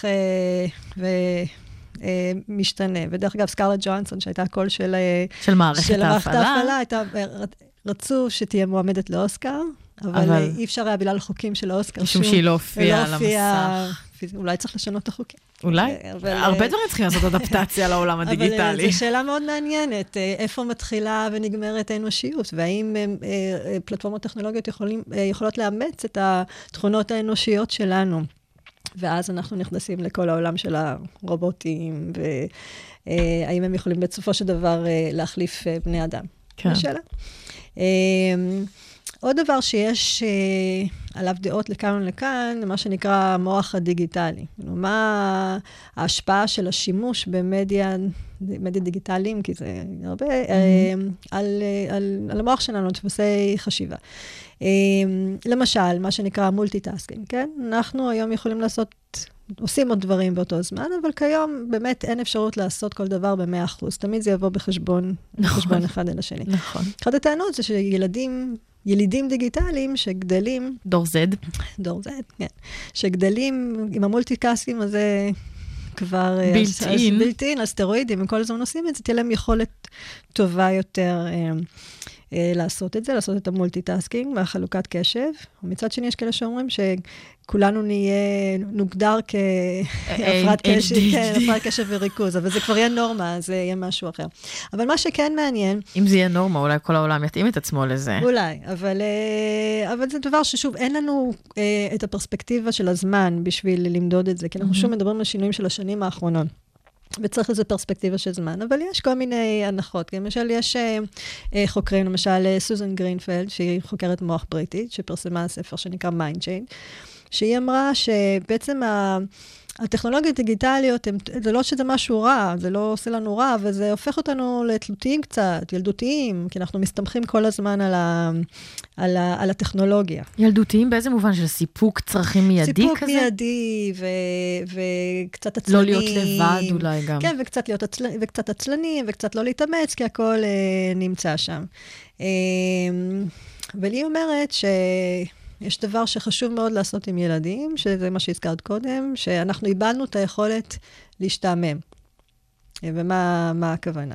ומשתנה. ודרך אגב, סקרלט ג'ואנסון, שהייתה הקול של, של מערכת של ההפעלה, ההפעלה הייתה, רצו שתהיה מועמדת לאוסקר, אבל, אבל... אי אפשר היה בגלל חוקים של האוסקר. משום שהיא לא הופיעה על המסך. אולי צריך לשנות את החוקים. אולי? אבל... הרבה דברים צריכים לעשות אדפטציה לעולם הדיגיטלי. אבל זו שאלה מאוד מעניינת, איפה מתחילה ונגמרת האנושיות, והאם פלטפורמות טכנולוגיות יכולים, יכולות לאמץ את התכונות האנושיות שלנו. ואז אנחנו נכנסים לכל העולם של הרובוטים, והאם הם יכולים בסופו של דבר להחליף בני אדם. כן. השאלה. עוד דבר שיש uh, עליו דעות לכאן ולכאן, מה שנקרא המוח הדיגיטלי. מה ההשפעה של השימוש במדיה, מדיה דיגיטליים, כי זה הרבה, mm-hmm. uh, על, uh, על, על המוח שלנו, דפוסי חשיבה. Uh, למשל, מה שנקרא מולטיטאסקינג, כן? אנחנו היום יכולים לעשות, עושים עוד דברים באותו זמן, אבל כיום באמת אין אפשרות לעשות כל דבר ב-מאה אחוז. תמיד זה יבוא בחשבון, נכון. בחשבון אחד אל השני. נכון. אחת הטענות זה שילדים ילידים דיגיטליים שגדלים... דור Z. דור Z, כן. שגדלים עם המולטיקאסטים הזה כבר... בילט-אין. בילט-אין, על סטרואידים, אם כל הזמן עושים את זה, תהיה להם יכולת טובה יותר אה, אה, לעשות את זה, לעשות את המולטיטאסקינג והחלוקת קשב. ומצד שני, יש כאלה שאומרים שכולנו נהיה, נוגדר כהפרעת קשב, כן, הפרעת קשב וריכוז, אבל זה כבר יהיה נורמה, זה יהיה משהו אחר. אבל מה שכן מעניין... אם זה יהיה נורמה, אולי כל העולם יתאים את עצמו לזה. אולי, אבל, אבל זה דבר ששוב, אין לנו אה, את הפרספקטיבה של הזמן בשביל למדוד את זה, כי אנחנו שוב מדברים על שינויים של השנים האחרונות. וצריך לזה פרספקטיבה של זמן, אבל יש כל מיני הנחות. למשל, יש אה, אה, חוקרים, למשל, סוזן גרינפלד, שהיא חוקרת מוח בריטית, שפרסמה ספר שנקרא Mind Chain, שהיא אמרה שבעצם ה... הטכנולוגיות דיגיטליות, זה לא שזה משהו רע, זה לא עושה לנו רע, אבל זה הופך אותנו לתלותיים קצת, ילדותיים, כי אנחנו מסתמכים כל הזמן על, ה, על, ה, על הטכנולוגיה. ילדותיים באיזה מובן של סיפוק צרכים מיידי סיפוק כזה? סיפוק מיידי ו, וקצת עצלני. לא להיות לבד אולי גם. כן, וקצת, להיות עצל, וקצת עצלני, וקצת לא להתאמץ, כי הכל אה, נמצא שם. אה, אבל היא אומרת ש... יש דבר שחשוב מאוד לעשות עם ילדים, שזה מה שהזכרת קודם, שאנחנו איבדנו את היכולת להשתעמם. ומה מה הכוונה?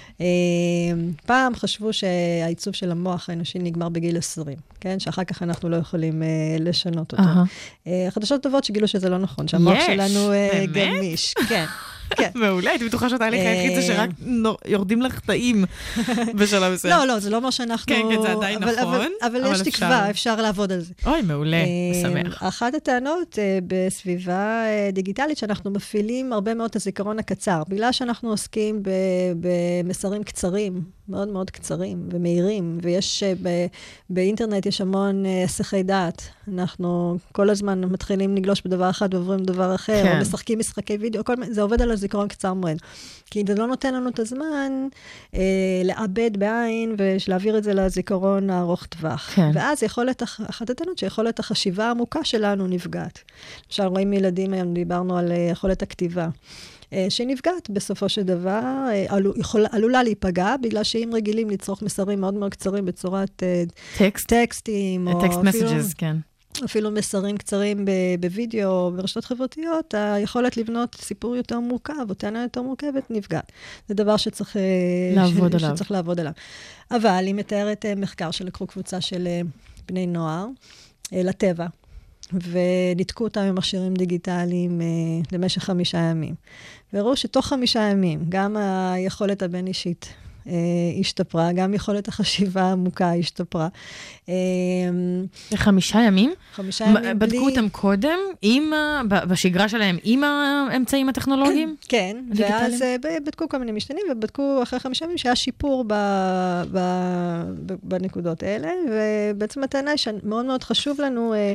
פעם חשבו שהעיצוב של המוח האנושי נגמר בגיל עשרים, כן? שאחר כך אנחנו לא יכולים לשנות אותו. החדשות טובות שגילו שזה לא נכון, שהמוח שלנו גמיש. כן. מעולה, הייתי בטוחה שהתהליך היחיד זה שרק יורדים לך טעים בשלב הזה. לא, לא, זה לא אומר שאנחנו... כן, כן, זה עדיין נכון. אבל יש תקווה, אפשר לעבוד על זה. אוי, מעולה, משמח. אחת הטענות בסביבה דיגיטלית, שאנחנו מפעילים הרבה מאוד את הזיכרון הקצר, בגלל שאנחנו עוסקים במסרים קצרים, מאוד מאוד קצרים ומהירים, ויש באינטרנט יש המון שיחי דעת. אנחנו כל הזמן מתחילים לגלוש בדבר אחד ועוברים בדבר אחר, או משחקים משחקי וידאו, זה עובד על הזיכרון קצר מועד. כי זה לא נותן לנו את הזמן אה, לעבד בעין, ולהעביר את זה לזיכרון הארוך טווח. כן. ואז יכולת, אחת הטענות שיכולת החשיבה העמוקה שלנו נפגעת. למשל, רואים ילדים היום, דיברנו על יכולת הכתיבה. שנפגעת בסופו של דבר, עלו, יכול, עלולה להיפגע, בגלל שאם רגילים לצרוך מסרים מאוד מאוד קצרים בצורת טקסט, טקסטים, או טקסט אפילו, messages, כן. אפילו מסרים קצרים בווידאו, ברשתות חברתיות, היכולת לבנות סיפור יותר מורכב, או טענה יותר מורכבת, נפגעת. זה דבר שצריך לעבוד ש, עליו. שצריך לעבוד עליו. אבל היא מתארת מחקר שלקחו קבוצה של בני נוער לטבע, וניתקו אותם עם מכשירים דיגיטליים אה, למשך חמישה ימים. וראו שתוך חמישה ימים, גם היכולת הבין-אישית אה, השתפרה, גם יכולת החשיבה העמוקה השתפרה. אה, חמישה ימים? חמישה ימים בלי... בדקו אותם קודם, עם, בשגרה שלהם, עם האמצעים הטכנולוגיים? כן, ואז אה, בדקו כל מיני משתנים, ובדקו אחרי חמישה ימים שהיה שיפור ב, ב, ב, בנקודות האלה, ובעצם הטענה היא שמאוד מאוד חשוב לנו... אה,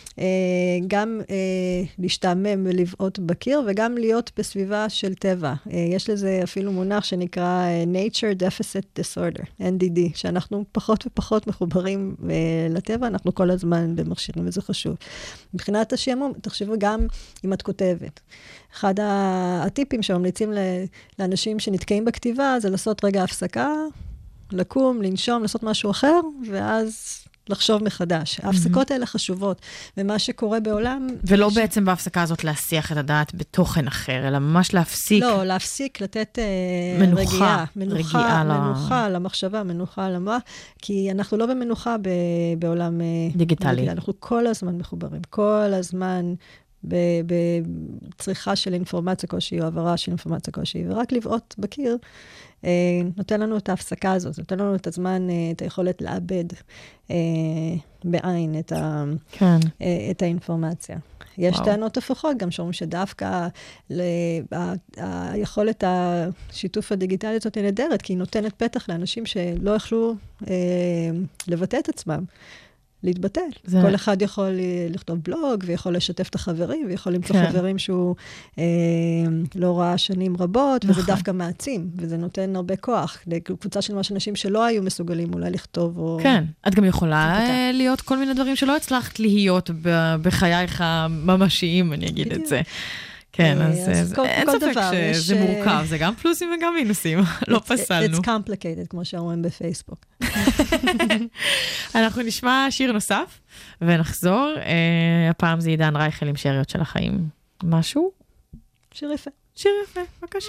גם להשתעמם ולבעוט בקיר, וגם להיות בסביבה של טבע. יש לזה אפילו מונח שנקרא Nature Deficit Disorder, N D D, שאנחנו פחות ופחות מחוברים לטבע, אנחנו כל הזמן במכשירים, וזה חשוב. מבחינת השעמום, תחשבו גם אם את כותבת. אחד הטיפים שממליצים לאנשים שנתקעים בכתיבה, זה לעשות רגע הפסקה, לקום, לנשום, לעשות משהו אחר, ואז... לחשוב מחדש. ההפסקות האלה חשובות, ומה שקורה בעולם... ולא בעצם בהפסקה הזאת להסיח את הדעת בתוכן אחר, אלא ממש להפסיק... לא, להפסיק, לתת מנוחה, רגיעה. רגיעה מנוחה למחשבה, מנוחה למוח, כי אנחנו לא במנוחה בעולם דיגיטלי. אנחנו כל הזמן מחוברים, כל הזמן בצריכה של אינפורמציה כלשהי, או העברה של אינפורמציה כלשהי, ורק לבעוט בקיר, נותן לנו את ההפסקה הזאת, נותן לנו את הזמן, את היכולת לאבד בעין את, ה, כן. את האינפורמציה. יש וואו. טענות הפוכות, גם שאומרים שדווקא היכולת השיתוף הדיגיטלי הזאת היא נהדרת, כי היא נותנת פתח לאנשים שלא יכלו לבטא את עצמם. להתבטל. זה... כל אחד יכול לכתוב בלוג, ויכול לשתף את החברים, ויכול למצוא כן. חברים שהוא אה, לא ראה שנים רבות, נכון. וזה דווקא מעצים, וזה נותן הרבה כוח, לקבוצה של ממש אנשים שלא היו מסוגלים אולי לכתוב או... כן, את גם יכולה להיות כל מיני דברים שלא הצלחת להיות בחייך הממשיים, אני אגיד בדיוק. את זה. כן, אז אז אז כל- אין כל ספק דבר, יש, שזה אה, מורכב, זה גם פלוסים וגם מינוסים, לא It's- פסלנו. It's complicated, כמו שאומרים בפייסבוק. אנחנו נשמע שיר נוסף ונחזור. אה, הפעם זה עידן רייכל עם שאריות של החיים. משהו? שיר יפה. שיר יפה, בבקשה.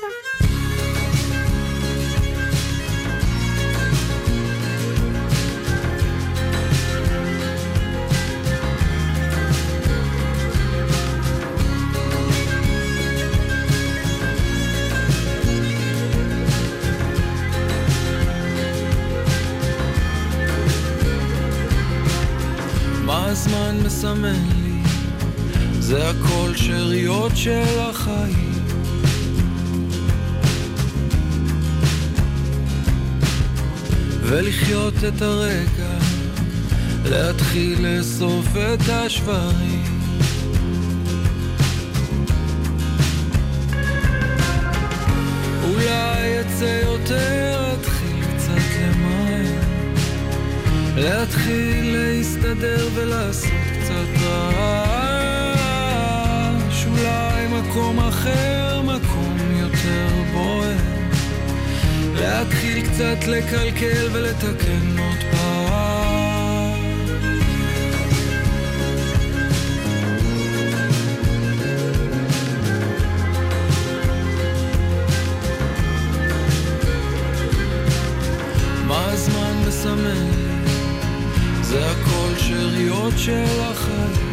מה הזמן מסמן לי? זה הכל שאריות של החיים. ולחיות את הרגע, להתחיל לאסוף את השברים. אולי יצא יותר, אתחיל קצת למען, להתחיל להסתדר ולעשות קצת רעש. אולי מקום אחר, מקום יותר בוער, להתחיל קצת לקלקל ולתקן עוד פעם. מה הזמן מסמן? זה הכל שאריות של החיים.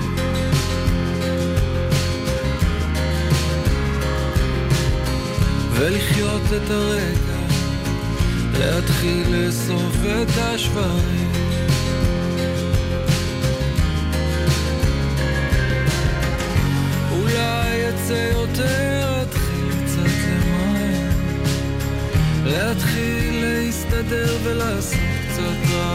ולחיות את הרגע, להתחיל לאסוף את השברים. אולי יצא יותר, אתחיל קצת למען, להתחיל להסתדר ולעשות קצת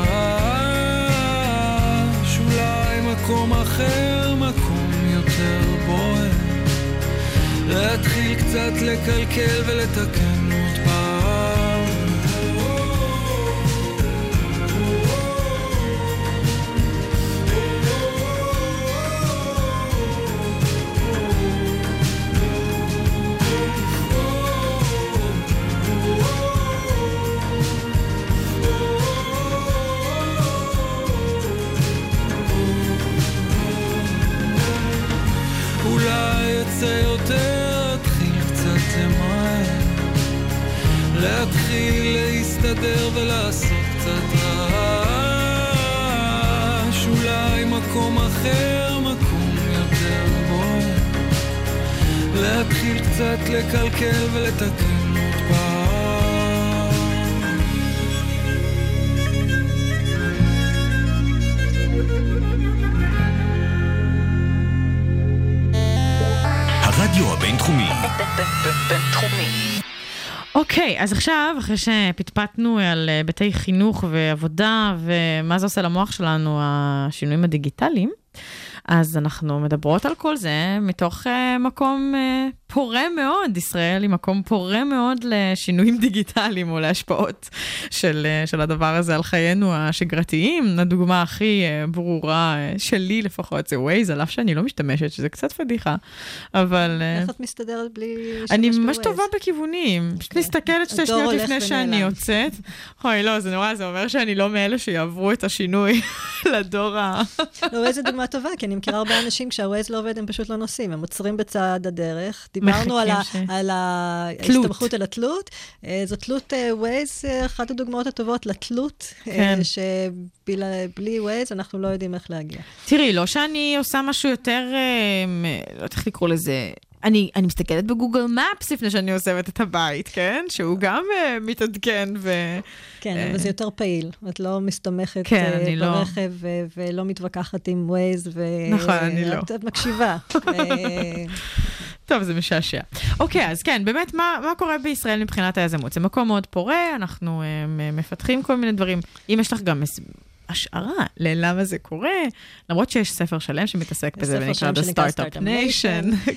רעש. אולי מקום אחר, מקום יותר בוער, להתחיל קצת לקלקל ולתקן עוד פעם. אולי יצא יותר, אתחיל קצת למען, להתחיל להסתדר ולעשות קצת רעש. אולי מקום אחר, מקום יותר בוער, להתחיל קצת לקלקל ולתקן עוד פעם. הרדיו הבינתחומי. בינתחומי. אוקיי, אז עכשיו, אחרי שפטפטנו על היבטי חינוך ועבודה ומה זה עושה למוח שלנו, השינויים הדיגיטליים, אז אנחנו מדברות על כל זה מתוך uh, מקום uh, פורה מאוד. ישראל היא מקום פורה מאוד לשינויים דיגיטליים או להשפעות של, uh, של הדבר הזה על חיינו השגרתיים. הדוגמה הכי uh, ברורה uh, שלי לפחות זה Waze, על אף שאני לא משתמשת, שזה קצת פדיחה, אבל... Uh, איך את מסתדרת בלי להשתמש אני ב-Waze? ממש טובה בכיוונים. פשוט מסתכלת שתי הדור שניות הולך לפני שאני ונעלם. יוצאת. אוי, לא, זה נורא, זה אומר שאני לא מאלה שיעברו את השינוי לדור ה... לא, Waze זה דוגמה טובה, כי אני מכירה הרבה אנשים, כשהווייז לא עובד, הם פשוט לא נוסעים, הם עוצרים בצד הדרך. דיברנו על ה- ש- על ההסתמכות על התלות. אה, זו תלות ווייז, אחת הדוגמאות הטובות לתלות, אה, כן. שבלי ווייז אנחנו לא יודעים איך להגיע. תראי, לא שאני עושה משהו יותר, אה, לא יודעת איך לקרוא לזה, אני, אני מסתכלת בגוגל מפס לפני שאני עוזבת את הבית, כן? שהוא גם אה, מתעדכן ו... כן, אבל זה יותר פעיל. את לא מסתמכת כן, אה, אני לא. ברכב ו- ולא מתווכחת עם ווייז. ו- נכון, אני לא. את- את מקשיבה. אה, טוב, זה משעשע. אוקיי, אז כן, באמת, מה, מה קורה בישראל מבחינת היזמות? זה מקום מאוד פורה, אנחנו אה, מפתחים כל מיני דברים. אם יש לך גם מס- השערה ללמה זה קורה, למרות שיש ספר שלם שמתעסק בזה, ונקרא The Startup Nation.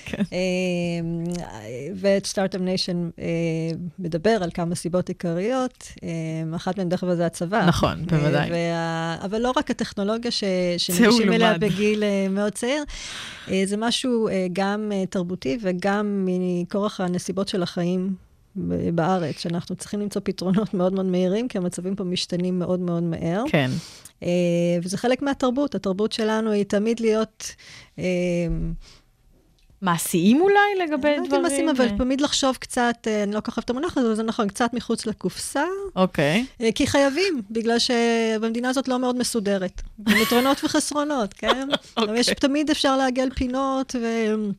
ואת Startup Nation מדבר על כמה סיבות עיקריות, אחת מהן דרך כלל זה הצבא. נכון, בוודאי. אבל לא רק הטכנולוגיה שניגשים אליה בגיל מאוד צעיר, זה משהו גם תרבותי וגם מכורח הנסיבות של החיים בארץ, שאנחנו צריכים למצוא פתרונות מאוד מאוד מהירים, כי המצבים פה משתנים מאוד מאוד מהר. כן. וזה חלק מהתרבות. התרבות שלנו היא תמיד להיות מעשיים אולי לגבי דברים? לא יודעים מעשיים, אבל תמיד לחשוב קצת, אני לא ככה את המונח הזה, זה נכון, קצת מחוץ לקופסה. אוקיי. כי חייבים, בגלל שבמדינה הזאת לא מאוד מסודרת. יתרונות וחסרונות, כן? אבל יש תמיד אפשר לעגל פינות ו...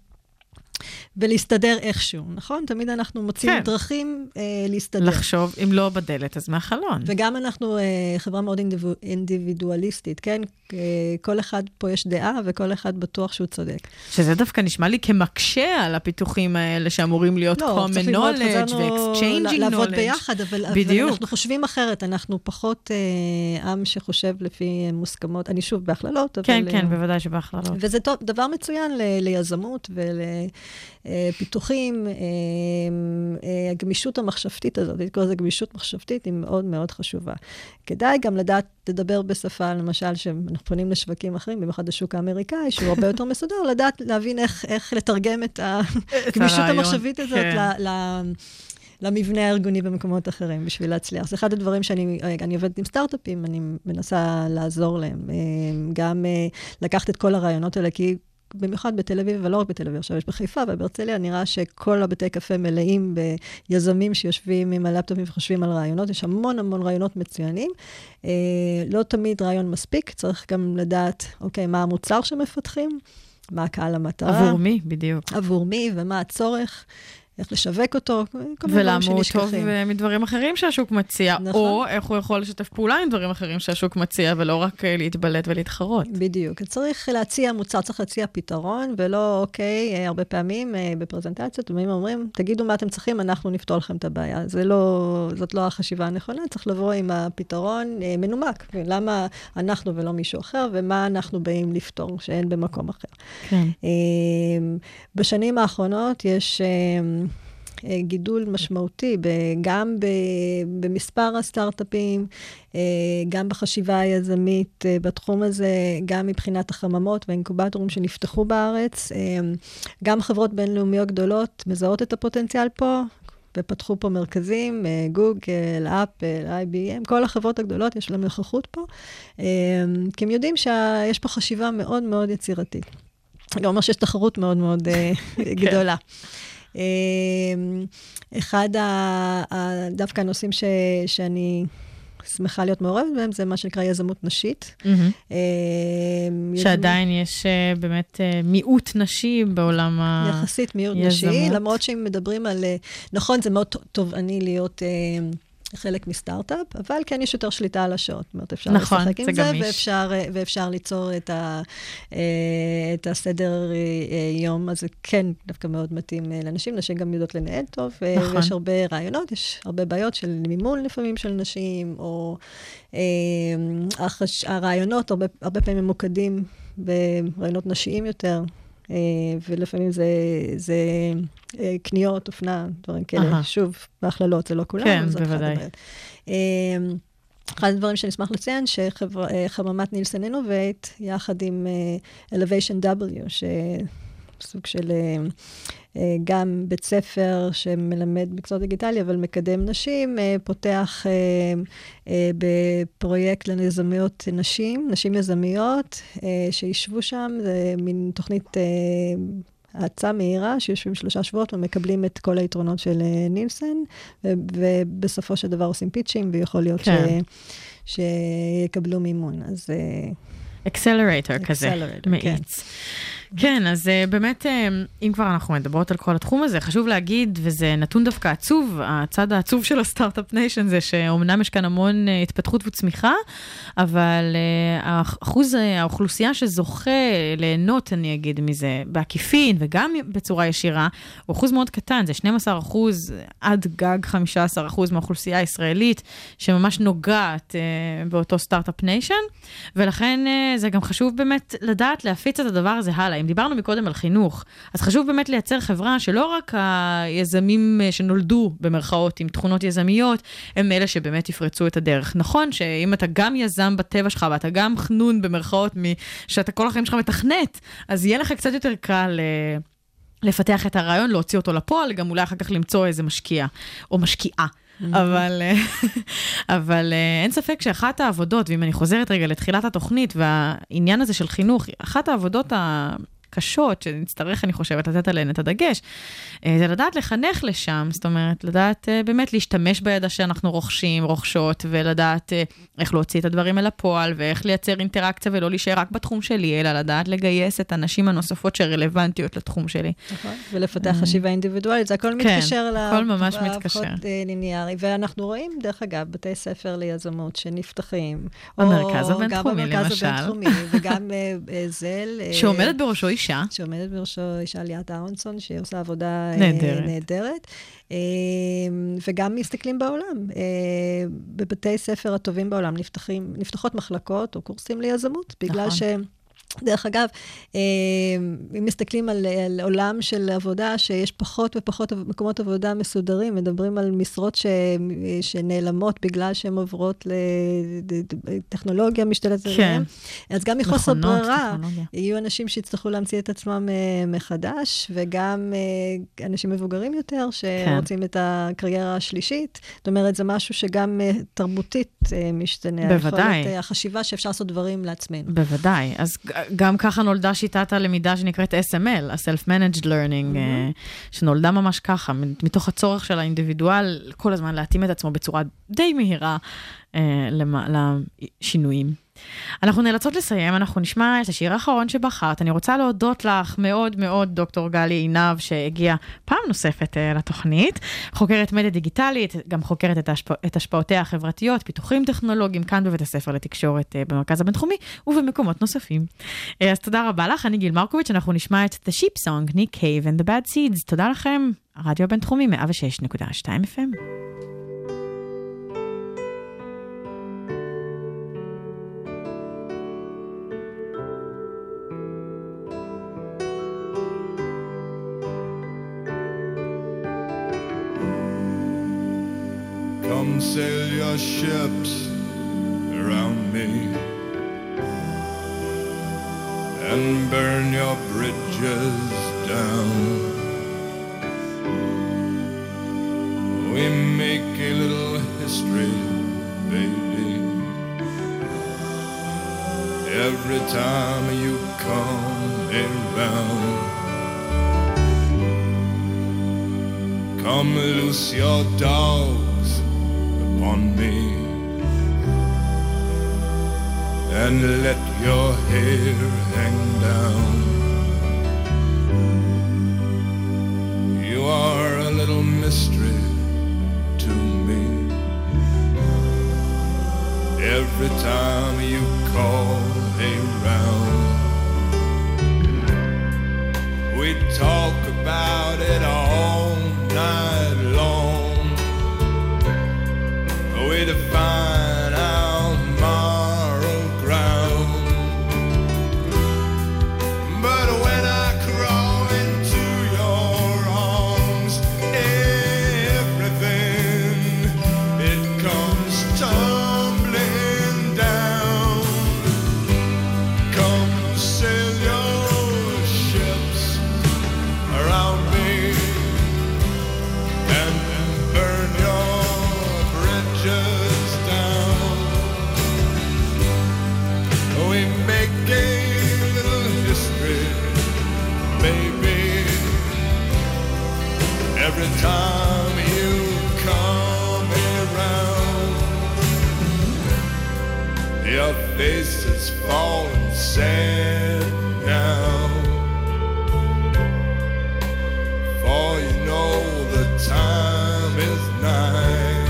ולהסתדר איכשהו, נכון? תמיד אנחנו מוצאים כן. דרכים אה, להסתדר. לחשוב, אם לא בדלת, אז מהחלון. וגם אנחנו אה, חברה מאוד אינדיב... אינדיבידואליסטית, כן? אה, כל אחד פה יש דעה, וכל אחד בטוח שהוא צודק. שזה דווקא נשמע לי כמקשה על הפיתוחים האלה, שאמורים להיות לא, common knowledge ו-exchanging knowledge. לעבוד ביחד, אבל, אבל אנחנו חושבים אחרת. אנחנו פחות אה, עם שחושב לפי מוסכמות. אני שוב בהכללות, אבל... כן, כן, בוודאי שבהכללות. וזה טוב, דבר מצוין ל, ליזמות ול... פיתוחים, הגמישות המחשבתית הזאת, לקרוא לזה גמישות מחשבתית, היא מאוד מאוד חשובה. כדאי גם לדעת, לדבר בשפה, למשל, שאנחנו פונים לשווקים אחרים, במיוחד השוק האמריקאי, שהוא הרבה יותר מסודר, לדעת, להבין איך, איך לתרגם את הגמישות המחשבית הזאת ל... למבנה הארגוני במקומות אחרים, בשביל להצליח. זה אחד הדברים שאני, אני עובדת עם סטארט-אפים, אני מנסה לעזור להם. גם לקחת את כל הרעיונות האלה, כי במיוחד בתל אביב, ולא רק בתל אביב, עכשיו יש בחיפה ובהרצליה, נראה שכל הבתי קפה מלאים ביזמים שיושבים עם הלפטופים וחושבים על רעיונות, יש המון המון רעיונות מצוינים. אה, לא תמיד רעיון מספיק, צריך גם לדעת, אוקיי, מה המוצר שמפתחים, מה הקהל המטרה. עבור מי, בדיוק. עבור מי ומה הצורך. איך לשווק אותו, ולמה הוא טוב מדברים אחרים שהשוק מציע, נכון. או איך הוא יכול לשתף פעולה עם דברים אחרים שהשוק מציע, ולא רק להתבלט ולהתחרות. בדיוק. צריך להציע מוצר, צריך להציע פתרון, ולא, אוקיי, הרבה פעמים בפרזנטציות, אומרים, אומרים, תגידו מה אתם צריכים, אנחנו נפתור לכם את הבעיה. זה לא, זאת לא החשיבה הנכונה, צריך לבוא עם הפתרון מנומק, למה אנחנו ולא מישהו אחר, ומה אנחנו באים לפתור, שאין במקום אחר. כן. בשנים האחרונות יש... גידול משמעותי, גם במספר הסטארט-אפים, גם בחשיבה היזמית בתחום הזה, גם מבחינת החממות והאינקובטורים שנפתחו בארץ, גם חברות בינלאומיות גדולות מזהות את הפוטנציאל פה, ופתחו פה מרכזים, גוגל, אפל, איי בי אם, כל החברות הגדולות יש להם נוכחות פה, כי הם יודעים שיש פה חשיבה מאוד מאוד יצירתית. זה אומר שיש תחרות מאוד מאוד גדולה. אחד דווקא הנושאים שאני שמחה להיות מעורבת בהם, זה מה שנקרא יזמות נשית. שעדיין יש באמת מיעוט נשי בעולם היזמות. יחסית מיעוט נשי, למרות שהם מדברים על, נכון, זה מאוד תובעני להיות... חלק מסטארט-אפ, אבל כן יש יותר שליטה על השעות. זאת אומרת, אפשר נכון, לשחק עם זה, גמיש. ואפשר, ואפשר ליצור את, ה, את הסדר יום, אז זה כן דווקא מאוד מתאים לאנשים, נשים גם יודעות לנהל טוב, נכון. ויש הרבה רעיונות, יש הרבה בעיות של מימון לפעמים של נשים, או החש, הרעיונות הרבה, הרבה פעמים ממוקדים ברעיונות נשיים יותר, ולפעמים זה, זה קניות, אופנה, דברים כאלה. שוב, בהכללות, זה לא כולם. כן, בוודאי. אחד הדברים שאני אשמח לציין, שחממת נילסון אינובייט, יחד עם Elevation W, שסוג של גם בית ספר שמלמד מקצועות דיגיטלי, אבל מקדם נשים, פותח בפרויקט ליזמיות נשים, נשים יזמיות, שישבו שם, זה מין תוכנית העצה מהירה, שיושבים שלושה שבועות ומקבלים את כל היתרונות של נילסון, ובסופו של דבר עושים פיצ'ים, ויכול להיות שיקבלו מימון. אז... אקסלרייטר כזה, מאיץ. כן, אז באמת, אם כבר אנחנו מדברות על כל התחום הזה, חשוב להגיד, וזה נתון דווקא עצוב, הצד העצוב של הסטארט-אפ ניישן זה שאומנם יש כאן המון התפתחות וצמיחה, אבל אחוז האוכלוסייה שזוכה ליהנות, אני אגיד מזה, בעקיפין וגם בצורה ישירה, הוא אחוז מאוד קטן, זה שנים עשר אחוז עד גג חמישה עשר אחוז מהאוכלוסייה הישראלית, שממש נוגעת באותו סטארט-אפ ניישן, ולכן זה גם חשוב באמת לדעת להפיץ את הדבר הזה הלאה. אם דיברנו מקודם על חינוך, אז חשוב באמת לייצר חברה שלא רק היזמים שנולדו במרכאות עם תכונות יזמיות, הם אלה שבאמת יפרצו את הדרך. נכון שאם אתה גם יזם בטבע שלך, ואתה גם חנון במרכאות, שאתה כל החיים שלך מתכנת, אז יהיה לך קצת יותר קל לפתח את הרעיון, להוציא אותו לפועל, גם אולי אחר כך למצוא איזה משקיע או משקיעה. אבל, אבל אין ספק שאחת העבודות, ואם אני חוזרת רגע לתחילת התוכנית, והעניין הזה של חינוך, אחת העבודות הקשות שנצטרך, אני חושבת, לתת עליהן את הדגש, זה לדעת לחנך לשם, זאת אומרת, לדעת באמת להשתמש בידע שאנחנו רוכשים, רוכשות, ולדעת איך להוציא את הדברים אל הפועל, ואיך לייצר אינטראקציה, ולא להישאר רק בתחום שלי, אלא לדעת לגייס את הנשים הנוספות שרלוונטיות לתחום שלי. נכון, ולפתח חשיבה אינדיבידואלית, זה הכל מתקשר לה... כן, הכל ממש מתקשר. ליניארי, ואנחנו רואים, דרך אגב, בתי ספר ליזמות שנפתחים. במרכז הבינתחומי, למשל. גם במרכז הבינתחומי, וגם זל. שעומדת בראשו אישה. שעומדת בראשו אישה ליאת אהרונסון, שהיא עושה עבודה נהדרת. נהדרת. וגם מסתכלים בעולם. בבתי ספר הטובים בעולם נפתחים, נפתחות מחלקות או קורסים ליזמות, בגלל ש... דרך אגב, אם מסתכלים על, על עולם של עבודה, שיש פחות ופחות מקומות עבודה מסודרים, מדברים על משרות ש, שנעלמות בגלל שהן עוברות לטכנולוגיה משתלטת עליהן, כן. אז גם מחוסר ברירה, יהיו אנשים שיצטרכו להמציא את עצמם מחדש, וגם אנשים מבוגרים יותר, שרוצים כן. את הקריירה השלישית. זאת אומרת, זה משהו שגם תרבותית משתנה. בוודאי. החשיבה שאפשר לעשות דברים לעצמנו. בוודאי. אז גם ככה נולדה שיטת הלמידה שנקראת אס אם אל, ה-Self-Managed Learning, שנולדה ממש ככה, מתוך הצורך של האינדיבידואל, כל הזמן להתאים את עצמו בצורה די מהירה לשינויים. אנחנו נאלצות לסיים, אנחנו נשמע את השיר האחרון שבחרת. אני רוצה להודות לך מאוד מאוד, דוקטור גלי עינב, שהגיעה פעם נוספת לתוכנית, חוקרת מדיה דיגיטלית, גם חוקרת את, ההשפע, את השפעותיה החברתיות, פיתוחים טכנולוגיים, כאן בבית הספר לתקשורת במרכז הבינתחומי, ובמקומות נוספים. אז תודה רבה לך, אני גיל מרקוביץ', אנחנו נשמע את The Sheep Song, Nick Cave and the Bad Seeds. תודה לכם, הרדיו הבינתחומי מאה ושש נקודה שתיים אף אם. Come sail your ships around me and burn your bridges down. We make a little history, baby, every time you come around. Come loose your dogs on me and let your hair hang down. You are a little mystery to me. Every time you call around, we talk about it all night long. Way to find out moral ground. But when I crawl into your arms, everything, it comes tumbling down. Come sail your ships around me and burn your just down. We make a little history, baby, every time you come around. Your face is falling sad now. time is nigh.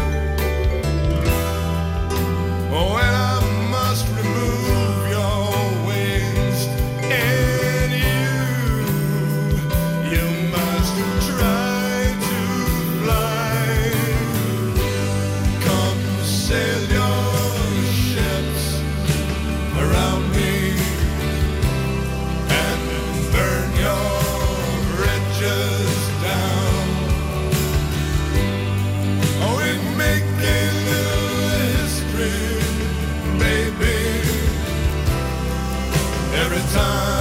Oh, and I must remove your wings, and you, you must try to fly. Come sail your ships around me and burn your bridges down. Oh, we make a little history, baby, every time.